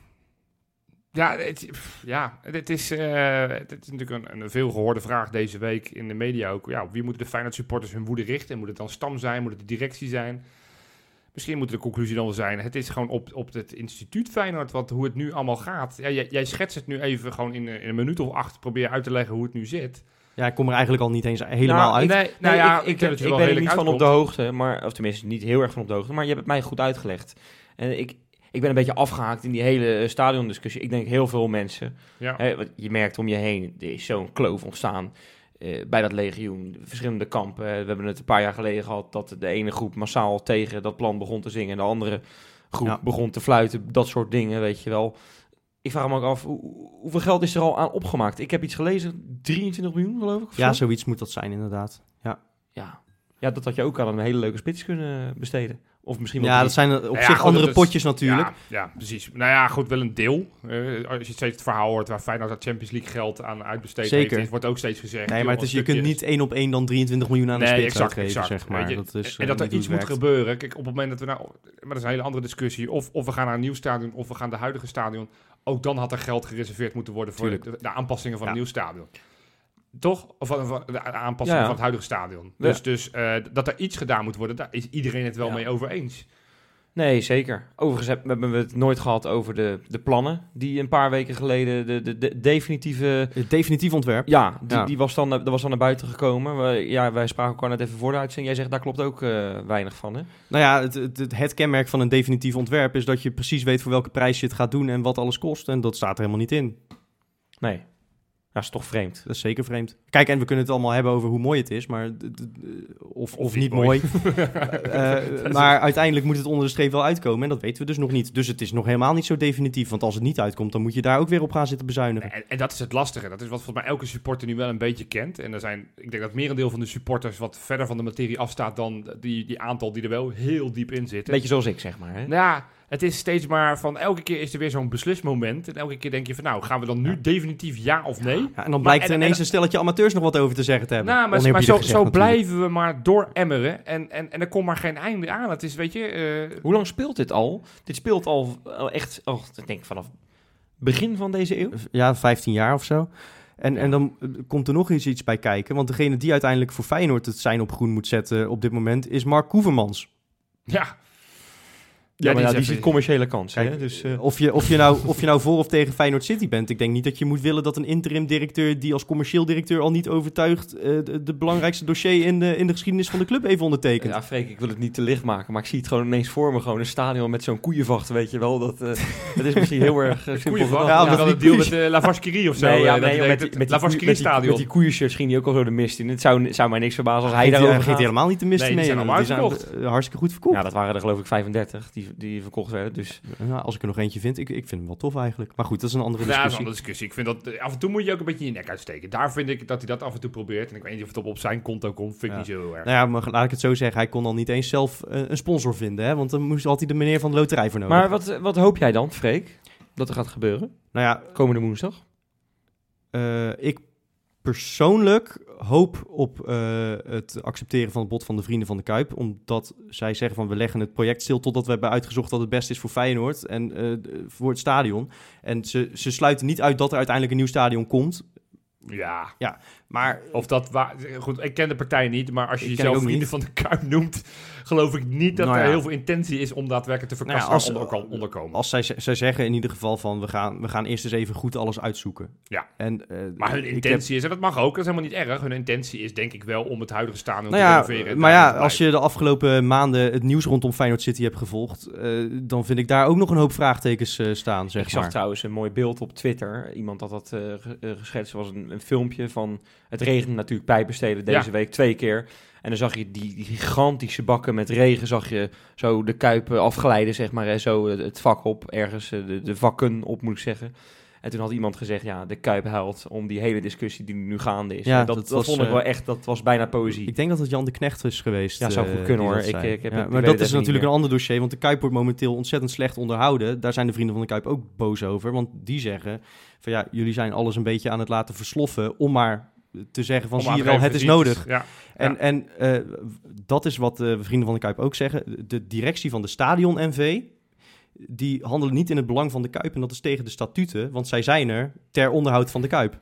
Ja, het, ja, het is, uh, het is natuurlijk een, een veelgehoorde vraag deze week in de media ook. Ja, wie moeten de Feyenoord supporters hun woede richten? Moet het dan Stam zijn? Moet het de directie zijn? Misschien moet de conclusie dan wel zijn, het is gewoon op, op het instituut Feyenoord wat, hoe het nu allemaal gaat. Ja, jij, jij schetst het nu even gewoon in, in een minuut of acht, probeer uit te leggen hoe het nu zit. Ja, ik kom er eigenlijk al niet eens helemaal nou, uit. Nee, nee, nou ja, ik, ik, ik, ik, ik ben er niet van op de hoogte, maar, of tenminste niet heel erg van op de hoogte, maar je hebt het mij goed uitgelegd. En ik... Ik ben een beetje afgehaakt in die hele stadiondiscussie. Ik denk heel veel mensen. Ja. Hè, je merkt om je heen, er is zo'n kloof ontstaan uh, bij dat legioen. Verschillende kampen. We hebben het een paar jaar geleden gehad dat de ene groep massaal tegen dat plan begon te zingen. En de andere groep ja. begon te fluiten. Dat soort dingen, weet je wel. Ik vraag me ook af, hoe, hoeveel geld is er al aan opgemaakt? Ik heb iets gelezen, drieëntwintig miljoen geloof ik? Ja, zo? zoiets moet dat zijn inderdaad. Ja. Ja. Ja, dat had je ook aan een hele leuke spits kunnen besteden. Of misschien wel ja, dat zijn op nou ja, zich goed, andere potjes natuurlijk. Ja, ja, precies. Nou ja, goed, wel een deel. Uh, als je steeds het verhaal hoort waar Feyenoord dat Champions League geld aan uitbesteed Zeker. heeft, wordt ook steeds gezegd. Nee, maar het is, je kunt niet één op één dan drieëntwintig miljoen aan de nee, spits exact, uitgeven, exact. zeg maar. Je, dat is, en dat uh, er iets moet werkt. gebeuren. Kijk, op het moment dat we nou... Maar dat is een hele andere discussie. Of, of we gaan naar een nieuw stadion, of we gaan naar de huidige stadion. Ook dan had er geld gereserveerd moeten worden voor de, de aanpassingen van ja. een nieuw stadion. Toch? Of van, van de aanpassing Ja, ja. van het huidige stadion. Ja. Dus, dus uh, dat er iets gedaan moet worden, daar is iedereen het wel Ja. mee over eens. Nee, zeker. Overigens heb- hebben we het nooit gehad over de, de plannen die een paar weken geleden, de, de, de definitieve... Het definitief ontwerp. Ja, die, Ja. die was dan, dat was dan naar buiten gekomen. We, ja, wij spraken elkaar net even voor de uitzending. Jij zegt, daar klopt ook uh, weinig van, hè? Nou ja, het, het, het, het kenmerk van een definitief ontwerp is dat je precies weet voor welke prijs je het gaat doen en wat alles kost. En dat staat er helemaal niet in. Nee. Dat is toch vreemd. Dat is zeker vreemd. Kijk, en we kunnen het allemaal hebben over hoe mooi het is, maar d- d- of, of, Of niet niet mooi. uh, maar uiteindelijk moet het onder de streep wel uitkomen en dat weten we dus nog niet. Dus het is nog helemaal niet zo definitief, want als het niet uitkomt, dan moet je daar ook weer op gaan zitten bezuinigen. En, en dat is het lastige. Dat is wat volgens mij elke supporter nu wel een beetje kent. En er zijn, ik denk dat het merendeel van de supporters wat verder van de materie afstaat dan die, die aantal die er wel heel diep in zitten. Beetje zoals ik, zeg maar, hè? Nou ja, het is steeds maar van elke keer is er weer zo'n beslismoment. En elke keer denk je van nou, gaan we dan nu Ja. definitief ja of nee? Ja, en dan blijkt en- er ineens en- een stelletje amateurs nog wat over te zeggen te hebben. Nou, maar, maar Oneerbiedig zo, gezegd zo natuurlijk. blijven we maar dooremmeren. En, en, en er komt maar geen einde aan. Het is, weet je... eh, Hoe lang speelt dit al? Dit speelt al, al echt, al, ik denk vanaf begin van deze eeuw. Ja, vijftien jaar of zo. En, Ja. en dan uh, komt er nog eens iets bij kijken. Want degene die uiteindelijk voor Feyenoord het sein op groen moet zetten op dit moment is Mark Koevermans. ja. Ja, maar die ja, is die even- ziet commerciële kansen, Kijk, hè? Dus, uh, Of je, of, je nou, of je nou voor of tegen Feyenoord City bent. Ik denk niet dat je moet willen dat een interim directeur die als commercieel directeur al niet overtuigt uh, de, de belangrijkste dossier in de, in de geschiedenis van de club even ondertekent. ja, Freek, ik wil het niet te licht maken, maar ik zie het gewoon ineens voor me. Gewoon een stadion met zo'n koeienvacht, weet je wel. Dat, uh, dat is misschien heel erg uh, simpel Goeie vraag. gedacht. Ja, Ja, of dan die het deal koeien- met uh, La Vasquerie of zo. Nee, ja, eh, dat nee, je met, denkt, die- met, La die, Vasquerie met, die, met stadion. die koeiershirts ging hij ook al zo de mist in. Het zou, zou mij niks verbazen als hij Hij daarover vergeet gaat. helemaal niet de mist Nee, die mee. zijn allemaal Die zijn uitverkocht. uh, hartstikke goed verkocht. Ja, dat waren er geloof ik vijfendertig die, die verkocht werden. Dus Ja, als ik er nog eentje vind, ik, ik vind hem wel tof eigenlijk. Maar goed, dat is een andere Ja, dat is een discussie. andere discussie. Ik vind dat, eh, af en toe moet je ook een beetje je nek uitsteken. Daar vind ik dat hij dat af en toe probeert. En ik weet niet of het op, op zijn konto komt. Vind ik Ja. niet zo heel erg. Nou ja, maar laat ik het zo zeggen. Hij kon al niet eens zelf uh, een sponsor vinden. Hè? Want dan moest, had hij de meneer van de loterij voor nodig. Maar wat, wat hoop jij dan, Freek, dat er gaat gebeuren Nou ja, komende woensdag? uh, ik persoonlijk hoop op uh, het accepteren van het bod van de Vrienden van de Kuip. Omdat zij zeggen van we leggen het project stil totdat we hebben uitgezocht dat het best is voor Feyenoord en uh, voor het stadion. En ze, ze sluiten niet uit dat er uiteindelijk een nieuw stadion komt. Ja. Maar Of dat waar. Goed, ik ken de partij niet. Maar als je Ik ken jezelf ook vrienden van de Kuip noemt. Geloof ik niet dat Nou er ja. heel veel intentie is om daadwerkelijk te Nou ja, verkassen als- onder, onderkomen. als zij, zij zeggen in ieder geval van we gaan, we gaan eerst eens even goed alles uitzoeken. Ja. En, uh, Maar hun ik heb- intentie is, en dat mag ook, dat is helemaal niet erg. Hun intentie is denk ik wel om het huidige stadion Nou te ja, renoveren. en maar daar ja, te als je de afgelopen maanden het nieuws rondom Feyenoord City hebt gevolgd, uh, dan vind ik daar ook nog een hoop vraagtekens uh, staan, zeg Ik zag maar. trouwens een mooi beeld op Twitter. Iemand had dat uh, ge- uh, geschetst. was een, een filmpje van... Het regende natuurlijk pijpenstelen deze Ja. week twee keer. En dan zag je die, die gigantische bakken met regen. Zag je zo de kuipen afglijden, zeg maar. Hè, zo het, het vak op, ergens uh, de, de vakken op, moet ik zeggen. En toen had iemand gezegd, ja, de Kuip huilt om die hele discussie die nu gaande is. Ja, En dat, dat dat, was, vond ik uh, wel echt, dat was bijna poëzie. Ik denk dat het Jan de Knecht is geweest. Ja, zou uh, goed kunnen, die hoor. dat Ik- zei. ik heb Ja, het- ik maar weet dat het is even natuurlijk niet een ander dossier, want de Kuip wordt momenteel ontzettend slecht onderhouden. Daar zijn de Vrienden van de Kuip ook boos over, want die zeggen van ja, jullie zijn alles een beetje aan het laten versloffen om maar te zeggen van Om zie je aan wel, te het is geven, nodig. Ja. En, Ja. en uh, dat is wat de Vrienden van de Kuip ook zeggen. De directie van de Stadion N V, die handelen niet in het belang van de Kuip en dat is tegen de statuten, want zij zijn er ter onderhoud van de Kuip.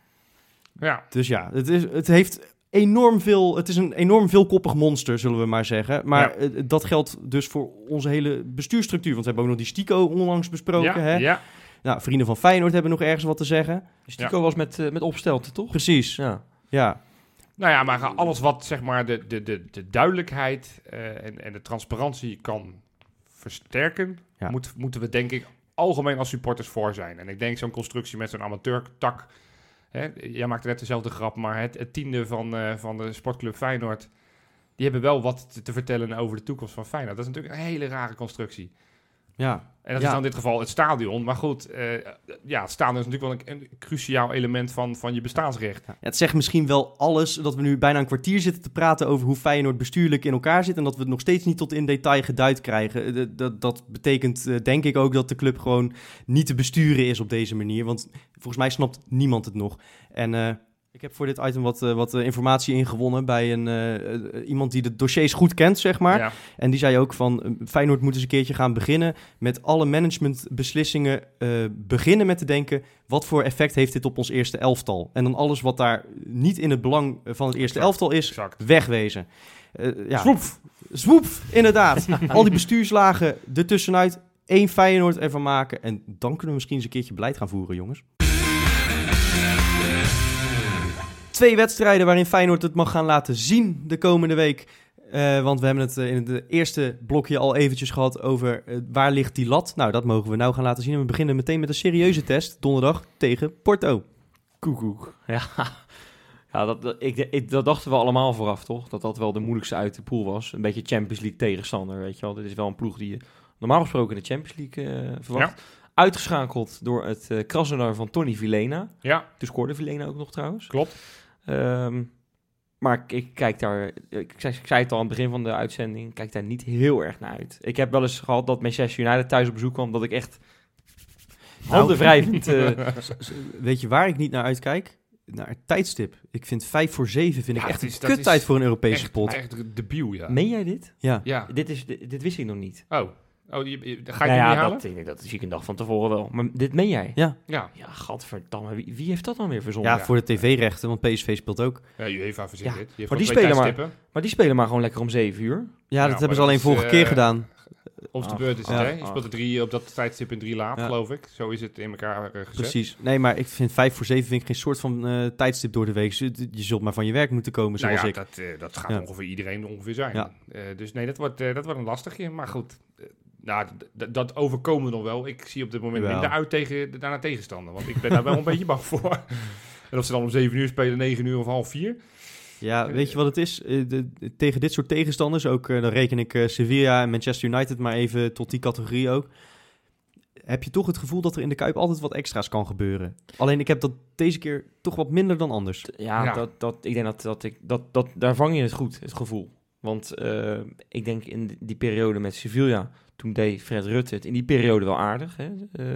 Ja. Dus ja, het, is, het heeft enorm veel. Het is een enorm veelkoppig monster, zullen we maar zeggen. Maar Ja. uh, dat geldt dus voor onze hele bestuursstructuur. Want we hebben ook nog die Stico onlangs besproken. Ja, Hè? ja. Nou, vrienden van Feyenoord hebben nog ergens wat te zeggen. Stico was met, uh, met opstelten, toch? Precies. Ja. Ja. Nou ja, maar alles wat zeg maar de, de, de, de duidelijkheid uh, en, en de transparantie kan versterken, Ja. moet, moeten we denk ik algemeen als supporters voor zijn. En ik denk zo'n constructie met zo'n amateurtak, hè, jij maakte net dezelfde grap, maar het, het tiende van, uh, van de sportclub Feyenoord, die hebben wel wat te, te vertellen over de toekomst van Feyenoord. Dat is natuurlijk een hele rare constructie. Ja. En dat Ja. is dan in dit geval het stadion. Maar goed, uh, ja, het stadion is natuurlijk wel een, een cruciaal element van, van je bestaansrecht. Ja, het zegt misschien wel alles dat we nu bijna een kwartier zitten te praten over hoe Feyenoord bestuurlijk in elkaar zit en dat we het nog steeds niet tot in detail geduid krijgen. Uh, dat, dat betekent uh, denk ik ook dat de club gewoon niet te besturen is op deze manier, want volgens mij snapt niemand het nog. En uh, Ik heb voor dit item wat, uh, wat uh, informatie ingewonnen bij een, uh, uh, iemand die de dossiers goed kent, zeg maar. Ja. En die zei ook van, uh, Feyenoord moet eens een keertje gaan beginnen met alle managementbeslissingen uh, beginnen met te denken, wat voor effect heeft dit op ons eerste elftal? En dan alles wat daar niet in het belang van het eerste Exact. elftal is, Exact. wegwezen. Uh, ja. Swoep. Swoep, inderdaad. Al die bestuurslagen ertussenuit, één Feyenoord ervan maken. En dan kunnen we misschien eens een keertje beleid gaan voeren, jongens. Twee wedstrijden waarin Feyenoord het mag gaan laten zien de komende week. Uh, want we hebben het uh, in het eerste blokje al eventjes gehad over uh, waar ligt die lat. Nou, dat mogen we nou gaan laten zien. En we beginnen meteen met een serieuze test. Donderdag tegen Porto. Koekoek. Ja, ja dat, dat, ik, ik, dat dachten we allemaal vooraf, toch? Dat dat wel de moeilijkste uit de pool was. Een beetje Champions League tegenstander, weet je wel. Dit is wel een ploeg die je normaal gesproken in de Champions League uh, verwacht. Ja. Uitgeschakeld door het uh, Krasnodar van Tony Vilena. Ja. Toen scoorde Vilena ook nog trouwens. Klopt. Um, maar ik kijk daar, ik zei, ik zei het al aan het begin van de uitzending, ik kijk daar niet heel erg naar uit. Ik heb wel eens gehad dat Manchester United thuis op bezoek kwam, dat ik echt handen wrijvend... Uh, Weet je waar ik niet naar uitkijk? Naar het tijdstip. Ik vind vijf voor zeven vind ja, ik echt is, een kuttijd voor een Europese echt, pot. Echt debiel, ja. Meen jij dit? Ja. ja. Dit, is, dit, dit wist ik nog niet. Oh. Oh, je, je, ga je nou die ja, niet halen? Dat, dat zie ik een dag van tevoren wel. Maar dit meen jij? Ja. Ja. Ja, gadverdamme. Wie, wie heeft dat dan weer verzonnen? Ja, Ja. voor de tv-rechten, want P S V speelt ook. Ja, UEFA verzint Ja. dit. Je heeft Maar wel die twee spelen maar- tijdstippen. Maar die spelen maar gewoon lekker om zeven uur. Ja, Ja, dat hebben maar ze alleen dat is, vorige uh, keer gedaan. Of de Ach, beurt is het, ja. hè? Je speelt er drie op dat tijdstip in drie laat, Ja. geloof ik. Zo is het in elkaar uh, gezet. Precies. Nee, maar ik vind vijf voor zeven vind ik geen soort van uh, tijdstip door de week. Je zult maar van je werk moeten komen, Nou zoals ja, ik. dat, uh, dat gaat Ja. ongeveer iedereen ongeveer zijn. Ja. Uh, dus nee, dat wordt, uh, dat wordt een lastigje. Maar goed, uh, nou, d- d- dat overkomen we nog wel. Ik zie op dit moment Jawel. minder uit tegen de, naar de tegenstander. Want ik ben daar wel een beetje bang voor. En of ze dan om zeven uur spelen, negen uur of half vier. Ja, weet je wat het is? Uh, de, de- tegen dit soort tegenstanders, ook uh, dan reken ik uh, Sevilla en Manchester United maar even tot die categorie ook. Heb je toch het gevoel dat er in de Kuip altijd wat extra's kan gebeuren. Alleen ik heb dat deze keer toch wat minder dan anders. Ja, Ja. Dat, dat, ik denk dat, dat ik dat, dat daar vang je het goed, het gevoel. Want uh, ik denk in die, die periode met Sevilla, toen deed Fred Rutte het in die periode wel aardig. Hè? Uh,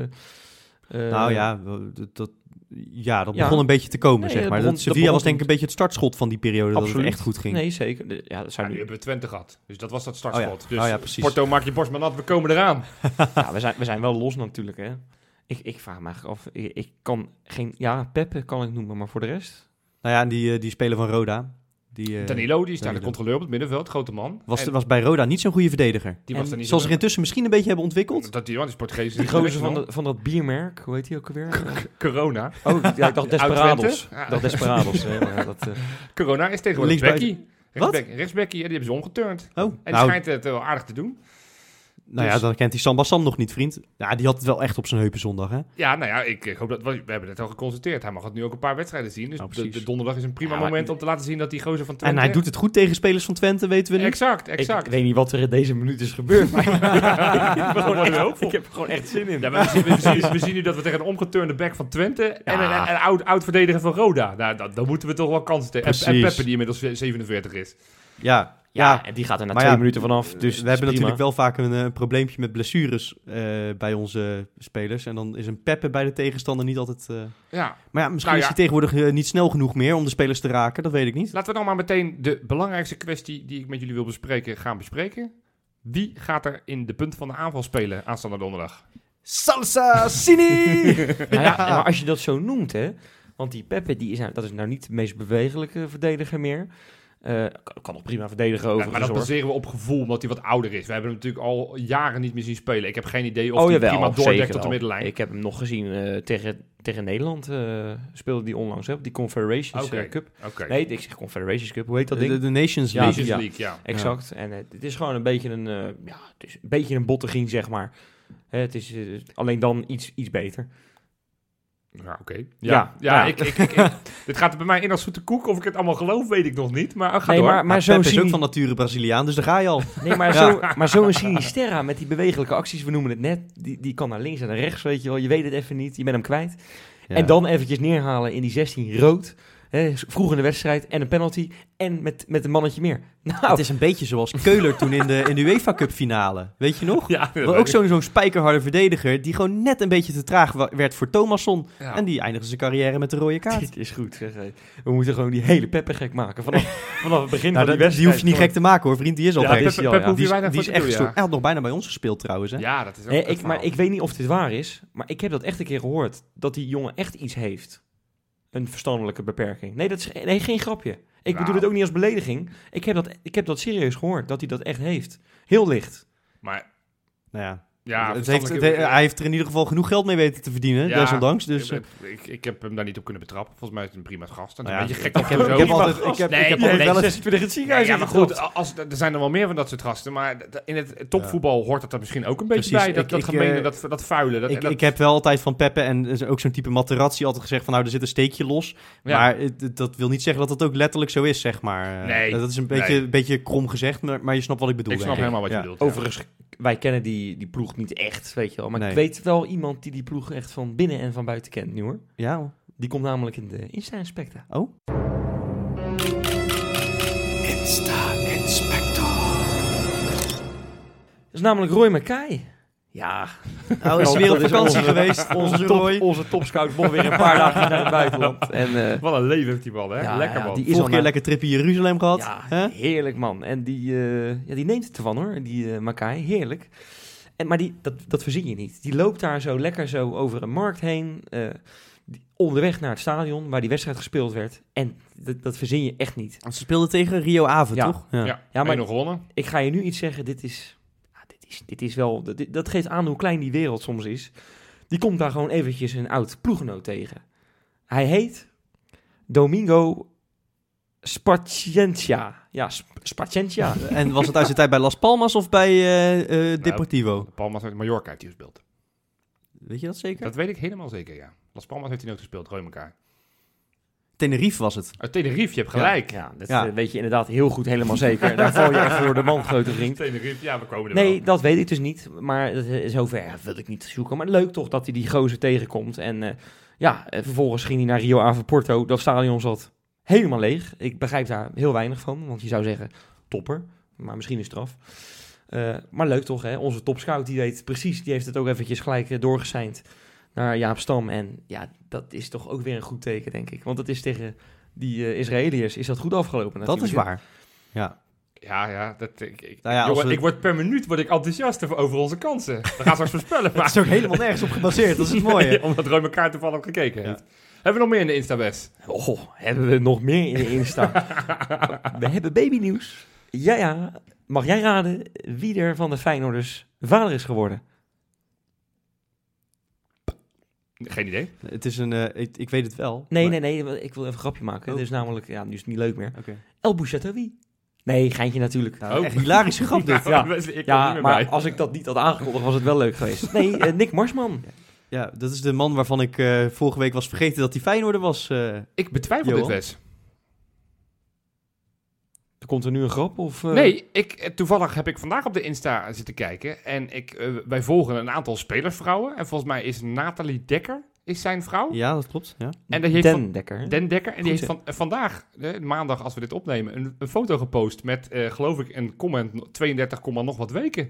uh, Nou ja, dat, dat, ja, dat Ja. begon een beetje te komen, Nee, zeg dat maar. begon- dat dat Sevilla begon was denk ik toen- een beetje het startschot van die periode, dat Absoluut. het echt goed ging. Nee, zeker. De- Ja, dat Ja, zijn nu nu, hebben we Twente gehad. Dus dat was dat Oh startschot. ja. Dus Oh ja, precies. Porto, maak je borst maar nat, we komen eraan. ja, we, zijn, we zijn wel los natuurlijk, hè. Ik, ik vraag me eigenlijk af, ik, ik kan geen... Ja, Peppe kan ik noemen, maar voor de rest... Nou ja, en die, uh, die speler van Roda. Die, uh, Danilo, die is daar de Danilo. controleur op het middenveld, grote man. was, En was bij Roda niet zo'n goede verdediger. die was en er niet Zal zo- zich intussen misschien een beetje hebben ontwikkeld. Dat die, want die is Portugees. Die gozer van, de, van dat biermerk, hoe heet die ook alweer? Corona. Oh, ja, ik dacht Desperados. Oud-Twente? Ik dacht Desperados. hè, maar ja, dat, uh, Corona is tegenwoordig Linksbuiten. Becky. Wat? Rechtsback, rechtsbackie, hè, die hebben ze omgeturnd. Oh, En die nou, schijnt het wel aardig te doen. nou ja, dus- dan kent hij Samba Sam nog niet, vriend. Ja, die had het wel echt op zijn heupen zondag, hè? Ja, nou ja, ik, ik hoop dat... We hebben het al geconstateerd. Hij mag het nu ook een paar wedstrijden zien. Dus Nou, de, precies. de donderdag is een prima Ja, maar- moment om te laten zien dat die gozer van Twente... En hij doet het goed tegen spelers van Twente, weten we nu. Exact, ik exact. weet niet wat er in deze minuut is gebeurd, maar ik, heb er gewoon worden we echt, ook voor. ik heb er gewoon echt zin in. Ja, maar we, zien, we, zien, we zien nu dat we tegen een omgeturende back van Twente... en Ja. een, een oud, oud verdediger van Roda. Nou, dan, dan moeten we toch wel kansen tegen... En, en Precies. Peppe, die inmiddels zevenenveertig is. Ja, Ja, ja. en die gaat er na Maar twee ja, minuten vanaf. Dus we het is hebben prima. natuurlijk wel vaak een, uh, probleempje met blessures uh, bij onze spelers. En dan is een Peppe bij de tegenstander niet altijd... Uh... Ja, Maar ja, misschien Nou is ja. hij tegenwoordig uh, niet snel genoeg meer om de spelers te raken. Dat weet ik niet. laten we dan maar meteen de belangrijkste kwestie... die ik met jullie wil bespreken, gaan bespreken. Wie gaat er in de punt van de aanval spelen aanstaande donderdag? Salsa Sini! Nou ja, maar als je dat zo noemt, hè. Want die Peppe, die is, nou, dat is nou niet de meest bewegelijke verdediger meer. Uh, kan, kan nog prima verdedigen Ja, over. maar dat baseren we op gevoel, omdat hij wat ouder is. We hebben hem natuurlijk al jaren niet meer zien spelen. Ik heb geen idee of Oh hij jawel, prima zeker doordekt tot wel. de middenlijn. Ik heb hem nog gezien uh, tegen, tegen Nederland. Uh, speelde die onlangs, hè, op die Confederations Oké. uh, Cup. Oké. Nee, ik zeg Confederations Cup. Hoe heet dat De, ding? de, de Nations Ja, League. Nations ja. League, ja. Exact. En uh, het is gewoon een beetje een, uh, ja, het is een beetje een bottegien, zeg maar. Uh, het is uh, alleen dan iets, iets beter. Ja, oké. Ja, Ja, ja, ja. Ik, ik, ik, ik- dit gaat er bij mij in als zoete koek. Of ik het allemaal geloof, weet ik nog niet. Maar oh, ga Nee, door. maar, maar Maar zo'n Peppe is ook Sini- van nature Braziliaan, dus daar ga je al. Nee, maar, Ja. zo, maar zo'n Sinisterra met die bewegelijke acties, we noemen het net, die, die kan naar links en naar rechts, weet je wel. Je weet het even niet, je bent hem kwijt. Ja. En dan eventjes neerhalen in die zestien rood. Hè, vroeg in de wedstrijd en een penalty en met, met een mannetje meer. Nou, Het is een beetje zoals Keuler toen in de, in de UEFA Cup finale. Weet je nog? Ja, Wel ook zo'n zo'n spijkerharde verdediger die gewoon net een beetje te traag wa- werd voor Thomasson. Ja. En die eindigde zijn carrière met de rode kaart. dit is goed. Zeg, hé. We moeten gewoon die hele Peppe gek maken. Vanaf, vanaf het begin Nou, van dat- die die, wedstrijd. hoef je niet gek te maken hoor, vriend. Die is al Ja, gek. Pep- Die is, Pep al- ja. hoef je die is, weinig die voor is te echt doen, zo. ja. Hij had nog bijna bij ons gespeeld trouwens. Hè? Ja, dat is ook Nee, het ik, maar verhaal. ik weet niet of dit waar is, maar ik heb dat echt een keer gehoord. Dat die jongen echt iets heeft. Een verstandelijke beperking. Nee, dat is nee, geen grapje. Ik Nou. bedoel het ook niet als belediging. Ik heb, dat, ik heb dat serieus gehoord, dat hij dat echt heeft. Heel licht. Maar Nou ja. ja, het heeft, verstandelijk- het- hij heeft er in ieder geval genoeg geld mee weten te verdienen, Ja, desondanks. Dus, ik, ik, ik heb hem daar niet op kunnen betrappen. Volgens mij is het een prima gast. En Nou een ja, beetje gek ik of heb- zo. ik heb altijd- ik heb- Nee, ik heb nee, altijd wel eens- zesentwintig het Ja, ziekenhuis ja, maar ingetrapt. goed, als, er zijn er wel meer van dat soort gasten. Maar d- in het topvoetbal hoort dat er misschien ook een beetje Precies, bij. Dat, ik- dat ik, gemene, eh, dat, dat vuile. Dat, ik, dat, ik heb wel altijd van Peppe en ook zo'n type Materazzi altijd gezegd van nou, er zit een steekje los. Ja. Maar het- dat wil niet zeggen dat het ook letterlijk zo is, zeg maar. Eh, Nee, Dat is een beetje, nee. een beetje krom gezegd, maar, maar je snapt wat ik bedoel. ik snap denk helemaal wat je Ja. bedoelt. ja. Overigens, wij kennen die, die ploeg niet echt, weet je wel. Maar Nee. ik weet wel iemand die die ploeg echt van binnen en van buiten kent nu, hoor. Ja, Die komt namelijk in de Insta-inspecta. oh. Dat is namelijk Roy Mackay. Ja. Nou, is hij weer op Dat is vakantie onze- geweest, Onze, onze top, Roy. onze topscout mocht weer een paar dagen naar het buitenland. En, eh, Wat een leven heeft die man, hè? Ja, Lekker ja, man. die is Vorige al keer naar- lekker tripje Jeruzalem gehad. Ja, hè? heerlijk man. En die, eh, ja, die neemt het ervan hoor, die uh, Mackay. Heerlijk. En, maar die, dat, dat verzin je niet. Die loopt daar zo lekker zo over een markt heen. eh, die, onderweg naar het stadion waar die wedstrijd gespeeld werd. En dat, dat verzin je echt niet. Want ze speelden tegen Rio Ave, Ja. toch? Ja, Ja, ja maar- nog gewonnen. Ik ga je nu iets zeggen. Dit is, ah, dit is, dit is wel... Dit, dat geeft aan hoe klein die wereld soms is. Die komt daar gewoon eventjes een oud ploeggenoot tegen. Hij heet Domingo Sparcientia. Ja, Sp- Sparcientia. En was het uit zijn tijd bij Las Palmas of bij eh, eh, Deportivo? Palmas uit Mallorca heeft hij gespeeld. Weet je dat zeker? Dat weet ik helemaal zeker, ja. Las Palmas heeft hij nooit gespeeld, Roy elkaar. Tenerife was het. Uit Tenerife, je hebt gelijk. Ja, dat Ja. eh, weet je inderdaad heel goed helemaal zeker. Daar val je echt door de man, grote vriend. Tenerife, ja, we komen er Nee, wel. dat weet ik dus niet. Maar dat, eh, zover ja, wil ik niet zoeken. Maar leuk toch dat hij die gozer tegenkomt. En eh, ja, eh, vervolgens ging hij naar Rio Ave Porto. Dat stadion zat helemaal leeg. Ik begrijp daar heel weinig van. Want je zou zeggen, topper. Maar misschien is het eraf. Eh, maar leuk toch, hè? Onze topscout, die weet precies. Die heeft het ook eventjes gelijk uh, doorgeseind naar Jaap Stam. En ja, dat is toch ook weer een goed teken, denk ik. Want het is tegen die uh, Israëliërs is dat goed afgelopen Dat natuurlijk. is waar. Ja. Ja, ja, dat, ik, ik, Nou ja, als jongen, we- ik word per minuut word ik enthousiast over onze kansen. We gaan straks voorspellen. Het Maar is ook helemaal nergens op gebaseerd, dat is het mooie. omdat Roy elkaar toevallig gekeken Ja. heeft. Hebben we nog meer in de Insta-best? Oh, hebben we nog meer in de Insta? We hebben babynieuws. Ja, ja. Mag jij raden wie er van de Feyenoorders vader is geworden? Geen idee. Het is een, eh, ik, ik weet het wel. Nee, maar- nee, nee. Ik wil even een grapje maken. Oh. Het is namelijk, ja, nu is het niet leuk meer. Oké. El Bouchatoui. Nee, geintje natuurlijk. Nou, Oh. echt hilarische grap dit. Ja. ik kom Ja, niet meer maar bij. als ik dat niet had aangekondigd, was het wel leuk geweest. Nee, eh, Nick Marsman. Ja, dat is de man waarvan ik eh, vorige week was vergeten dat hij Feyenoorder was. eh. Ik betwijfel Johan? dit, Wes. Komt er nu een grap? Of, eh? Nee, ik, eh, toevallig heb ik vandaag op de Insta zitten kijken. En ik, eh, wij volgen een aantal spelersvrouwen. En volgens mij is Nathalie Dekker is zijn vrouw. Ja, dat klopt. Ja. En die heeft Den van, Dekker. Den Dekker. En die Goed, heeft van, eh, vandaag, eh, maandag als we dit opnemen, een, een foto gepost met, eh, geloof ik, een comment tweeëndertig, nog wat weken.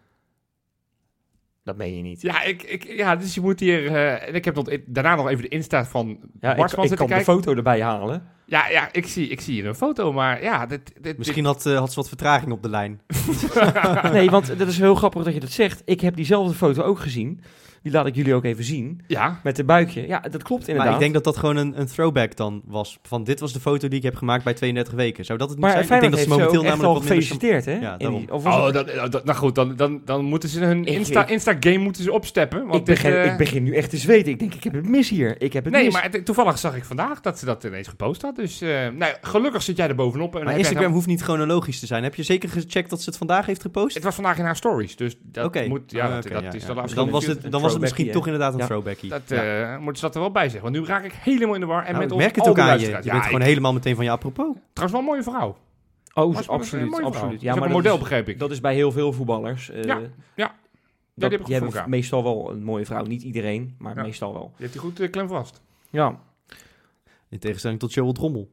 Dat meen je niet. Ja, ik, ik, ja dus je moet hier... eh, en ik heb nog, daarna nog even de Insta van Ja, ik, Marsman ik zitten kan de kijken. foto erbij halen. Ja, ja ik, zie, ik zie hier een foto, maar ja... Dit, dit, Misschien had, eh, had ze wat vertraging op de lijn. Nee, want dat is heel grappig dat je dat zegt. Ik heb diezelfde foto ook gezien. Die laat ik jullie ook even zien. Ja, Met een buikje. Ja, dat klopt inderdaad. Maar ik denk dat dat gewoon een, een throwback dan was. Van dit was de foto die ik heb gemaakt bij tweeëndertig weken. Zou dat het niet Maar zijn? Ik denk Feyenoord dat ze heeft ze momenteel ook echt namelijk al wat minder... gefeliciteerd, hè? Ja, In daarom. die- of was oh, het- dat, dat, nou goed, dan, dan, dan moeten ze hun Ik- Insta, ik- Insta-game moeten ze opsteppen. Want ik, begin, dit, eh, ik begin nu echt te zweten. Ik denk, ik heb het mis hier. Ik heb het Nee, mis. maar het- toevallig zag ik vandaag dat ze dat ineens gepost had. Dus eh, nou, gelukkig zit jij er bovenop. En Maar heb jij Instagram dan- hoeft niet chronologisch te zijn. Heb je zeker gecheckt dat ze het vandaag heeft gepost? Het was vandaag in haar stories, dus dat Oké. moet... Ja, Oh, dat, oké, dat ja, is ja. de laatste... Dan was een het, dan was het throwbackie, misschien hè? toch inderdaad een Ja. throwbackie. Dat eh moeten ze dat er wel bij zeggen. Want nu raak ik helemaal in de war. En Nou, met ik ons merk het al ook die aan je. Je luisteraars. bent Ja, gewoon ik- helemaal meteen van je apropos. Trouwens wel een mooie vrouw. Oh, Maar ze is een absoluut, mooie vrouw. absoluut. Ja, maar maar een dat model, is- begreep ik. Dat is bij heel veel voetballers. eh, Ja, ja. Dat, die heb ik die goed hebben voor meestal wel een mooie vrouw. Niet iedereen, maar Ja. meestal wel. Die heeft hij goed uh, klem vast. Ja. In tegenstelling tot Joel Drommel.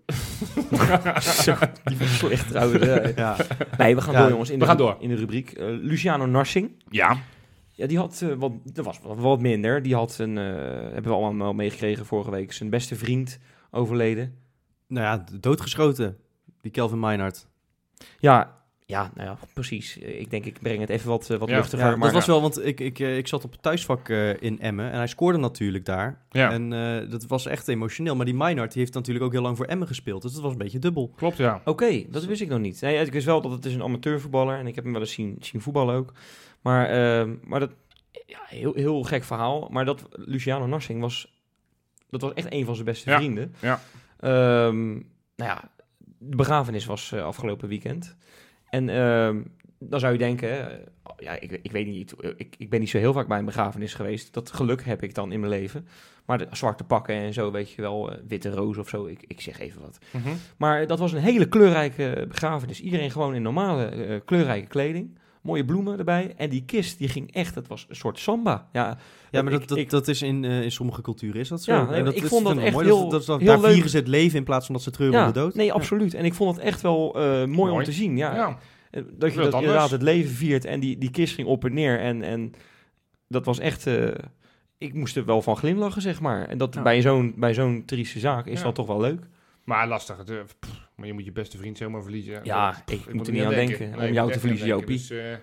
Zo, die was slecht trouwens. hè. Ja. Nee, we gaan Ja, door jongens. In we de, gaan door. In de rubriek. Uh, Luciano Narsing. Ja. Ja, die had uh, wat, dat was wat, wat minder. Die had een, uh, hebben we allemaal meegekregen vorige week, zijn beste vriend overleden. Nou ja, doodgeschoten. Die Kelvin Meinhardt. Ja, ja, nou ja, precies. Ik denk, ik breng het even wat, uh, wat Ja. luchtiger. Ja, maar dat was ja. wel, want ik, ik, eh, ik zat op het thuisvak eh, in Emmen en hij scoorde natuurlijk daar. Ja. En eh, dat was echt emotioneel. Maar die Meinhardt die heeft natuurlijk ook heel lang voor Emmen gespeeld. Dus dat was een beetje dubbel. Klopt, ja. Oké, okay, dat wist ik nog niet. Nee, ik wist wel dat het is een amateurvoetballer en ik heb hem wel eens zien, zien voetballen ook. Maar, uh, maar dat, ja, heel, heel gek verhaal. Maar dat Luciano Narsing was, dat was echt een van zijn beste Ja. vrienden. Ja. Um, nou ja, de begrafenis was uh, afgelopen weekend. En uh, dan zou je denken, hè, ja, ik, ik weet niet, ik, ik ben niet zo heel vaak bij een begrafenis geweest. Dat geluk heb ik dan in mijn leven. Maar de zwarte pakken en zo, weet je wel, uh, witte roos of zo, ik, ik zeg even wat. Mm-hmm. Maar dat was een hele kleurrijke begrafenis. Iedereen gewoon in normale uh, kleurrijke kleding. Mooie bloemen erbij. En die kist, die ging echt, het was een soort samba. Ja, Ja, maar ik, dat, dat, ik, dat is in, uh, in sommige culturen is dat zo. Ja, en dat ik is vond dat wel echt mooi. heel- dat, dat, dat, heel daar leuk. vieren ze het leven in plaats van dat ze treuren ja, om de dood. nee, absoluut. En ik vond het echt wel uh, mooi, Mooi. om te zien. Ja, Ja. Eh, Dat je Wat dat anders. inderdaad het leven viert en die, die kist ging op en neer. En, en dat was echt... Uh, ik moest er wel van glimlachen, zeg maar. En dat Ja. bij zo'n, bij zo'n trieste zaak is Ja. dat toch wel leuk. Maar lastig. Het, uh, pff, maar je moet je beste vriend zomaar verliezen. Ja, Pff, ik moet er niet aan denken, om ik jou moet te echt niet verliezen, aan denken. Jopie. Dus, uh,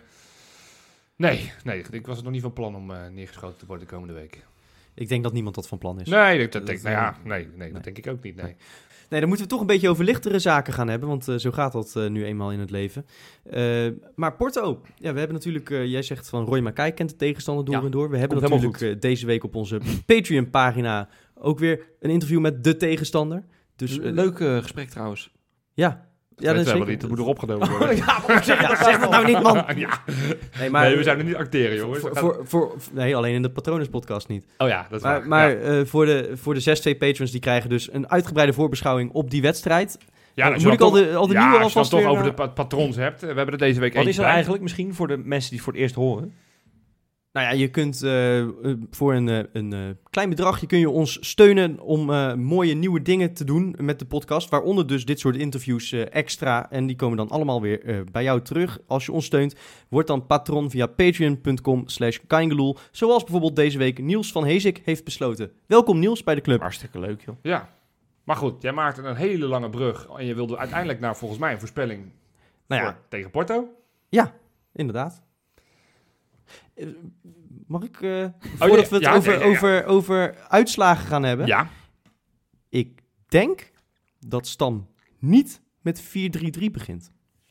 nee, nee, ik was het nog niet van plan om uh, neergeschoten te worden de komende week. Ik denk dat niemand dat van plan is. Nee, dat, dat Dat- denk, nou ja, nee, nee, nee. dat denk ik ook niet. Nee. Nee, dan moeten we toch een beetje over lichtere zaken gaan hebben, want uh, zo gaat dat uh, nu eenmaal in het leven. Uh, maar Porto, ja, we hebben natuurlijk, uh, jij zegt van Roy Mackay kent de tegenstander door Ja, en door. We hebben komt natuurlijk uh, deze week op onze Patreon-pagina ook weer een interview met de tegenstander. Dus, uh, Leuk uh, gesprek trouwens. Ja. Ja, Ja, dat dat is is wel zeker. niet. Dat moet erop genomen worden. ja, maar zeg, Ja, zeg dat nou niet, man. ja. Nee, maar, Nee, we zijn er niet acteren, jongens. Voor, We gaan- voor, voor, nee, alleen in de Patronus-podcast niet. Oh ja, dat is Maar, waar. maar ja. uh, voor, de, voor de zes twee patrons, die krijgen dus een uitgebreide voorbeschouwing op die wedstrijd. Ja, Uh, als je moet ik dan al toch- de, al de ja, nieuwe als je dan alvast toch weer, over uh, de pa- patrons hebt. We hebben er deze week Wat één is dat bij. eigenlijk misschien voor de mensen die het voor het eerst horen? Nou ja, je kunt uh, uh, voor een, uh, een uh, klein bedragje kun je ons steunen om uh, mooie nieuwe dingen te doen met de podcast. Waaronder dus dit soort interviews uh, extra. En die komen dan allemaal weer uh, bij jou terug. Als je ons steunt, word dan patron via patreon.com slash kaingeloel. Zoals bijvoorbeeld deze week Niels van Heesik heeft besloten. Welkom Niels bij de club. Hartstikke leuk, joh. Ja. Maar goed, jij maakte een hele lange brug. En je wilde uiteindelijk naar volgens mij een voorspelling Nou voor, ja, tegen Porto. inderdaad. Uh, mag ik, uh, ja, voordat we het ja, over, ja, ja, ja. Over, over uitslagen gaan hebben. Ja. Ik denk dat Stam niet met vier drie drie begint.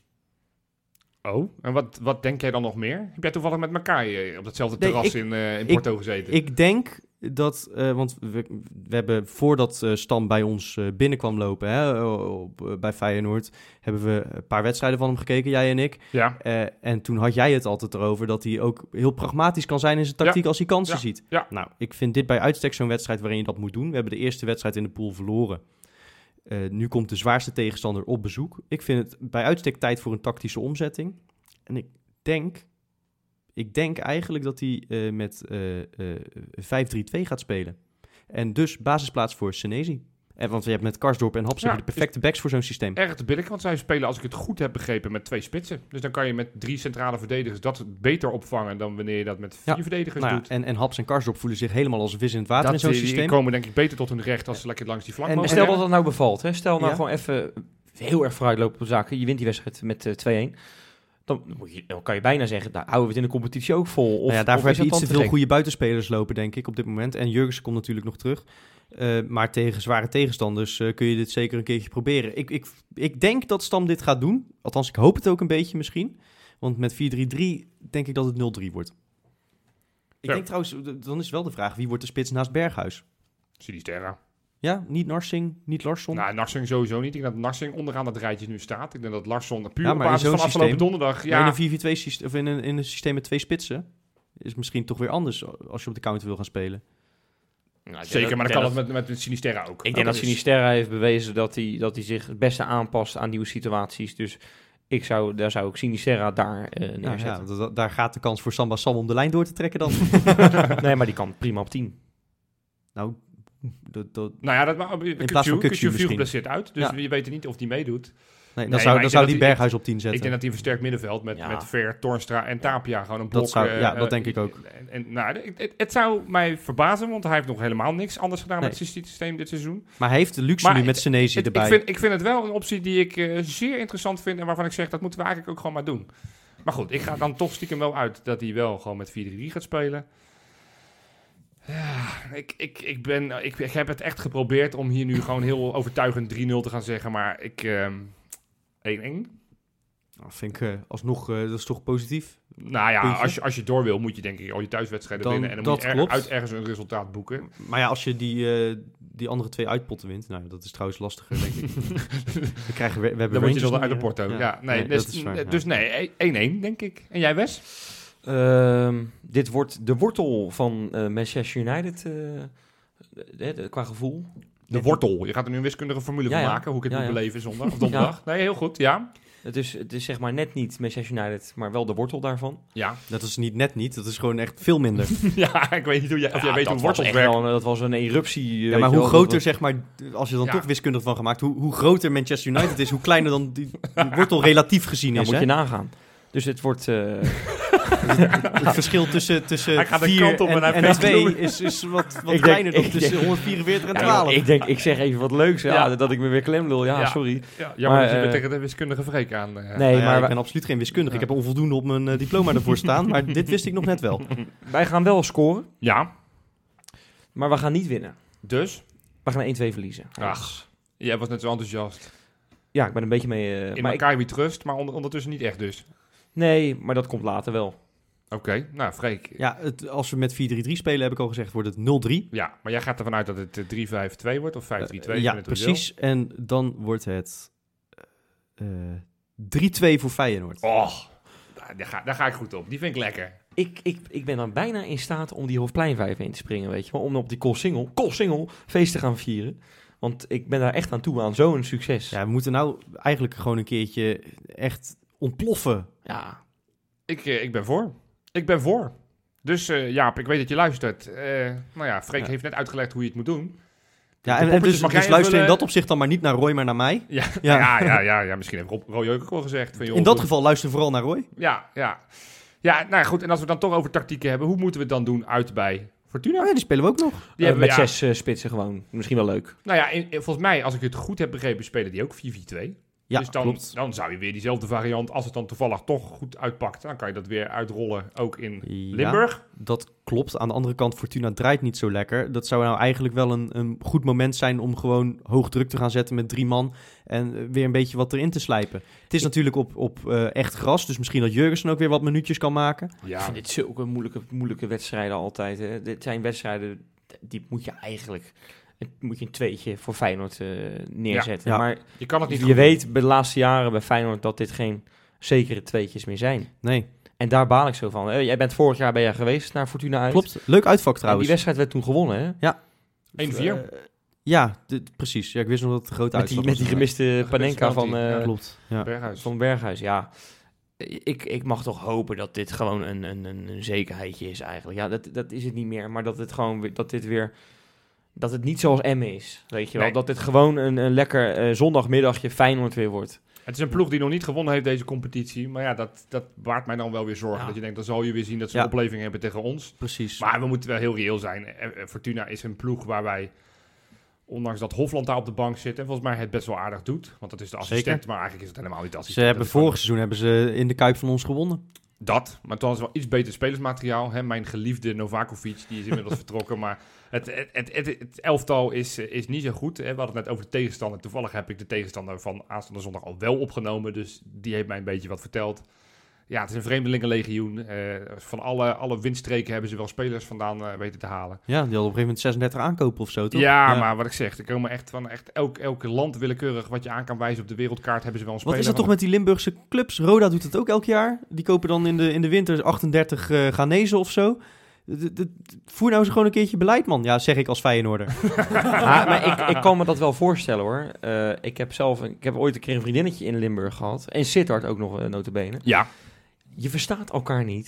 Oh, en wat, wat denk jij dan nog meer? Heb jij toevallig met elkaar op datzelfde Nee, terras ik- in, uh, in ik- Porto gezeten? Ik denk dat, uh, want we, we hebben voordat uh, Stam bij ons uh, binnenkwam lopen, hè, op, uh, bij Feyenoord, hebben we een paar wedstrijden van hem gekeken, jij en ik. ja, Uh, en toen had jij het altijd erover dat hij ook heel pragmatisch kan zijn in zijn tactiek als hij kansen Ja. ziet. Ja. Nou, ik vind dit bij uitstek zo'n wedstrijd waarin je dat moet doen. We hebben de eerste wedstrijd in de pool verloren. Uh, nu komt de zwaarste tegenstander op bezoek. Ik vind het bij uitstek tijd voor een tactische omzetting. En ik denk, ik denk eigenlijk dat hij uh, met uh, uh, vijf drie twee gaat spelen. En dus basisplaats voor Senesi. En, want je hebt met Karsdorp en Haps Ja, heb je de perfecte backs voor zo'n systeem. erg te billig, want zij spelen, als ik het goed heb begrepen, met twee spitsen. Dus dan kan je met drie centrale verdedigers dat beter opvangen dan wanneer je dat met vier Ja. verdedigers Nou ja, doet. en, en Haps en Karsdorp voelen zich helemaal als een vis in het water Dat in zo'n die, die systeem. komen denk ik beter tot hun recht als ze lekker langs die flank En mogen. En stel dat rennen. dat nou bevalt, hè? Stel nou Ja. gewoon even heel erg vooruitlopen op zaken. Je wint die wedstrijd met uh, twee-een. Dan, moet je, dan kan je bijna zeggen, nou, houden we het in de competitie ook vol. Of, Nou ja, of daarvoor is heb je dat iets te dan veel gek? goede buitenspelers lopen, denk ik, op dit moment. En Jurgensen komt natuurlijk nog terug. Uh, maar tegen zware tegenstanders uh, kun je dit zeker een keertje proberen. Ik, ik, ik denk dat Stam dit gaat doen. Althans, ik hoop het ook een beetje misschien. Want met vier drie drie denk ik dat het nul drie wordt. Ik Ja. denk trouwens, dan is wel de vraag, wie wordt de spits naast Berghuis? Sinisterra. Ja, niet Narsing, niet Larsson. Nou, Narsing sowieso niet. Ik denk dat Narsing onderaan dat rijtje nu staat. Ik denk dat Larsson puur Ja, op maar in basis zo'n van afgelopen systeem- donderdag... Maar in Ja, een vier vier twee systeem, of in een, in een systeem met twee spitsen, is het misschien toch weer anders als je op de counter wil gaan spelen. Nou, ik denk zeker, maar ik dan kan denk het met, met Sinisterra ook. Ik denk dat is- Sinisterra heeft bewezen dat hij, dat hij zich het beste aanpast aan nieuwe situaties. Dus ik zou, daar zou ik Sinisterra daar uh, Nou ja, neerzetten. da- da- daar gaat de kans voor Samba Sam om de lijn door te trekken dan. Nee, maar die kan prima op tien. Nou, Dat, dat, Nou ja, dat, maar, in plaats van Kukçu viel misschien. geblesseerd uit. Dus Ja. je weet niet of die meedoet. Nee, dan Nee, zou, maar dan ik zou denk die dat hij- Berghuis op tien zetten. Ik denk dat hij een versterkt middenveld met, Ja. met Ver, Toornstra en Tapia gewoon een blok... Dat zou- eh, ja, dat eh, denk ik ook. En, en, nou, het, het, het zou mij verbazen, want hij heeft nog helemaal niks anders gedaan Nee. met het systeem dit seizoen. Maar hij heeft de luxe Maar nu het- met Senesi Het- erbij. ik, vind, ik vind het wel een optie die ik eh, zeer interessant vind en waarvan ik zeg, dat moeten we eigenlijk ook gewoon maar doen. Maar goed, ik ga dan toch stiekem wel uit dat hij wel gewoon met vier drie drie gaat spelen. Ja, ik, ik, ik, ben, ik, ik heb het echt geprobeerd om hier nu gewoon heel overtuigend drie nul te gaan zeggen, maar ik... ehm, één één. Nou, vind ik eh, alsnog, eh, dat is toch positief? Nou ja, Puntje. als je, als je door wil, moet je denk ik al je thuiswedstrijden Dan- winnen. En dan moet je dat er, klopt. uit ergens een resultaat boeken. Maar ja, als je die, eh, die andere twee uitpotten wint, nou, dat is trouwens lastiger, denk ik. We, krijgen, we, we hebben Dan moet je Rangers nog uit de nu, Porto. eh, Ja, nee, nee, dus, dat is waar, ja. dus nee, één één denk ik. En jij, Wes? Ehm, dit wordt de wortel van eh, Manchester United eh, de- de- qua gevoel. De wortel. Je gaat er nu een wiskundige formule Ja, van ja. maken, hoe ik het Ja, moet ja. beleven zondag of donderdag. Nee, heel goed, ja. Het is, het is zeg maar net niet Manchester United, maar wel de wortel daarvan. Ja, Dat is niet net niet, dat is gewoon echt veel minder. ja ik weet niet hoe jij, of jij Ja, weet dat hoe was wortels echt werken. wel een- Dat was een eruptie. Ja, weet maar je hoe wel, groter, dat- zeg maar, als je dan Ja. toch wiskundig van gemaakt, hoe, hoe groter Manchester United is, hoe kleiner dan die, die wortel relatief gezien Ja, is. moet Hè? je nagaan. Dus het wordt... eh, Het verschil tussen, tussen Hij gaat de vier kant op en en, hij en veegt twee bloemen. is, is wat, wat Ik denk- kleiner dan ik tussen denk- honderdvierenveertig en ja, twaalf. joh, ik denk, ik zeg even wat leuks. Ja, Ja. Dat ik me weer klemlul. Ja, Ja. sorry. Ja, jammer Maar, dat je weer eh, tegen de wiskundige freak aan... eh, Nee, Nou ja, maar ik wij- ben absoluut geen wiskundige. Ik heb onvoldoende op mijn eh, diploma ervoor staan, maar dit wist ik nog net wel. wij gaan wel scoren, Ja, maar we gaan niet winnen. dus? We gaan één twee verliezen. Ach, jij was net zo enthousiast. Ja, ik ben een beetje mee... eh, In maar ik- elkaar wie trust, maar onder, ondertussen niet echt dus. nee, maar dat komt later wel. Oké, nou Freek. Ja. Ja, het, als we met vier drie drie spelen, heb ik al gezegd, wordt het nul drie. maar jij gaat ervan uit dat het eh, drie vijf twee wordt of vijf drie twee? Eh, ja, precies. En dan wordt het eh drie twee voor Feyenoord. Oh, daar ga, daar ga ik goed op. Die vind ik lekker. Ik, ik, ik ben dan bijna in staat om die Hofplein vijf heen te springen, weet je wel. Om op die Koolsingel, Koolsingel feest te gaan vieren. Want ik ben daar echt aan toe aan zo'n succes. Ja, we moeten nou eigenlijk gewoon een keertje echt ontploffen. Ja. Ik, eh, ik ben voor. Ik ben voor. Dus eh, Jaap, ik weet dat je luistert. Eh, nou ja, Freek Ja. heeft net uitgelegd hoe je het moet doen. Ja, De en, en poppetjes dus, mag dus jij luister in invullen. dat opzicht dan maar niet naar Roy, maar naar mij. Ja, Ja. ja. Ja, ja, ja, misschien heeft Rob Roy ook al gezegd. Van, joh, In dat doe- geval luister vooral naar Roy. Ja, ja. Ja, nou ja, goed. En als we dan toch over tactieken hebben, hoe moeten we het dan doen uit bij Fortuna? Oh ja, die spelen we ook nog. Die Eh, hebben met we, ja, zes eh, spitsen gewoon. Misschien wel leuk. Nou ja, in- in- volgens mij, als ik het goed heb begrepen, spelen die ook vier vier twee. Ja, dus dan, klopt. dan zou je weer diezelfde variant, als het dan toevallig toch goed uitpakt, dan kan je dat weer uitrollen, ook in Ja, Limburg. dat klopt. Aan de andere kant, Fortuna draait niet zo lekker. Dat zou nou eigenlijk wel een, een goed moment zijn om gewoon hoog druk te gaan zetten met drie man. En eh, weer een beetje wat erin te slijpen. Het is natuurlijk op, op eh, echt gras, dus misschien dat Jurgensen ook weer wat minuutjes kan maken. Ik Ja, vind dit zulke moeilijke, moeilijke wedstrijden altijd. Hè. Dit zijn wedstrijden, die moet je eigenlijk... het moet je een tweetje voor Feyenoord eh, neerzetten. Ja. Maar je kan het niet je goed weet bij de laatste jaren bij Feyenoord dat dit geen zekere tweetjes meer zijn. Nee, En daar baal ik zo van. Eh, Jij bent vorig jaar ben jij geweest naar Fortuna uit. klopt. Leuk uitvak En trouwens. die wedstrijd werd toen gewonnen, hè? doen. één vier. Eh, ja, dit- precies. Ja, ik wist nog dat het een grote Met die, uitslag met die was. gemiste Panenka van, penalty, eh, ja. Klopt. Ja. Berghuis. van Berghuis. Ja, ik, ik mag toch hopen dat dit gewoon een, een, een, een zekerheidje is eigenlijk. Ja, dat, dat is het niet meer. Maar dat het gewoon weer, dat dit weer... Dat het niet zoals Emmen is, weet je wel. Nee. Dat dit gewoon een, een lekker eh, zondagmiddagje Feyenoord weer wordt. Het is een ploeg die nog niet gewonnen heeft deze competitie. Maar ja, dat, dat baart mij dan wel weer zorgen. Ja. Dat je denkt, dan zal je weer zien dat ze Ja. een opleving hebben tegen ons. Precies. Maar we moeten wel heel reëel zijn. Eh, eh, Fortuna is een ploeg waar wij, ondanks dat Hofland daar op de bank zit, en volgens mij het best wel aardig doet. Want dat is de assistent, Zeker. maar eigenlijk is het helemaal niet de Ze assistent. hebben Dat is vorig seizoen hebben ze in de Kuip van ons gewonnen. Dat, maar toen was wel iets beter spelersmateriaal. Hè? Mijn geliefde Novakovic, die is inmiddels vertrokken. Maar het, het, het, het, het elftal is, eh, is niet zo goed. Hè? We hadden het net over de tegenstander. Toevallig heb ik de tegenstander van aanstaande zondag al wel opgenomen. Dus die heeft mij een beetje wat verteld. Ja, het is een vreemdelingenlegioen. Eh van alle, alle windstreken hebben ze wel spelers vandaan eh, weten te halen. Ja, die hadden op een gegeven moment zesendertig aankopen of zo, toch? Ja, maar wat ik zeg, er komen echt van echt elk, elk land willekeurig wat je aan kan wijzen op de wereldkaart hebben ze wel een Wat speler. is dat toch van- met die Limburgse clubs? Roda doet het ook elk jaar. Die kopen dan in de, in de winter achtendertig uh, Ghanese of zo. D- d- d- Voer nou eens gewoon een keertje beleid, man. Ja, zeg ik als Feyenoorder. Ah, maar ik, ik kan me dat wel voorstellen, hoor. Eh, ik heb zelf ik heb ooit een keer een vriendinnetje in Limburg gehad. En Sittard ook nog, uh, nota bene. Ja, Je verstaat elkaar niet.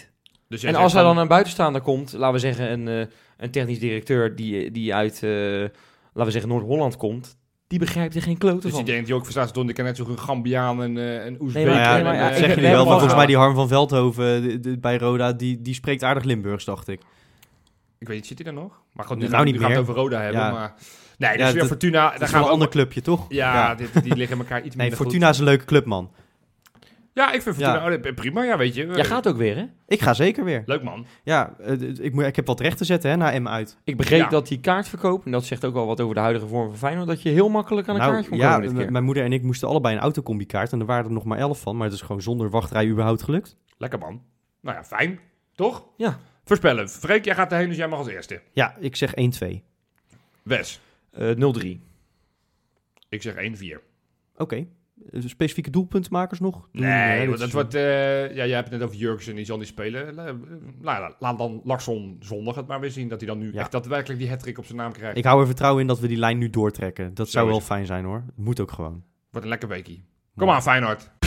Dus jij En zegt als er van- dan een buitenstaander komt, laten we zeggen een, uh, een technisch directeur die, die uit, uh, laten we zeggen Noord-Holland komt, die begrijpt er geen klote Dus van. die denkt, joh, ik versta ze door, ik ken net zo een Gambiaan en uh, een Oezbeek. Nee, maar- Nou ja, nee, maar ja, dat ik- zeggen we jullie wel, hebben maar al volgens mij gehad. die Harm van Veldhoven de- de- bij Roda, die, die spreekt aardig Limburgs, dacht ik. Ik weet niet, zit hij er nog? Maar goed, nu, Nou, gaan, niet nu gaan we meer. het over Roda hebben. Ja. Maar... Nee, dus Ja, weer dat- Fortuna. Dat Daar is gaan wel we een ander clubje, toch? Ja, Dit, die liggen elkaar iets Nee, minder Fortuna goed. is een leuke club, man. Ja, ik vind Fortuna Ja. oh, prima, ja, weet je. Jij gaat ook weer, hè? Ik ga zeker weer. Leuk, man. Ja, eh, ik, moet, ik heb wat recht te zetten hè, naar Emmen uit. Ik begreep Ja. dat die kaartverkoop, en dat zegt ook al wat over de huidige vorm van Feyenoord, dat je heel makkelijk aan een kaartje kon ja, komen dit keer. m- mijn moeder en ik moesten allebei een autocombi-kaart en er waren er nog maar elf van, maar het is gewoon zonder wachtrij überhaupt gelukt. Lekker, man. Nou ja, fijn. Toch? Ja. Voorspellen. Freek, jij gaat erheen, dus jij mag als eerste. Ja, ik zeg één twee. Wes. Uh, nul drie. Ik zeg één vier. Oké. Eh, Specifieke doelpuntenmakers nog? Doen we niet meer, Nee, hè, want dit dat seizoen. wordt... eh, ja, jij hebt het net over Jurgensen, die zal niet spelen. La- la- la- Laat dan Larsson zondag het maar weer zien, dat hij dan nu Ja. echt daadwerkelijk die hat-trick op zijn naam krijgt. Ik hou er vertrouwen in dat we die lijn nu doortrekken. Dat zou Zo is wel het. fijn zijn hoor. Het moet ook gewoon. Wordt een lekker weekie. Kom aan, Feyenoord.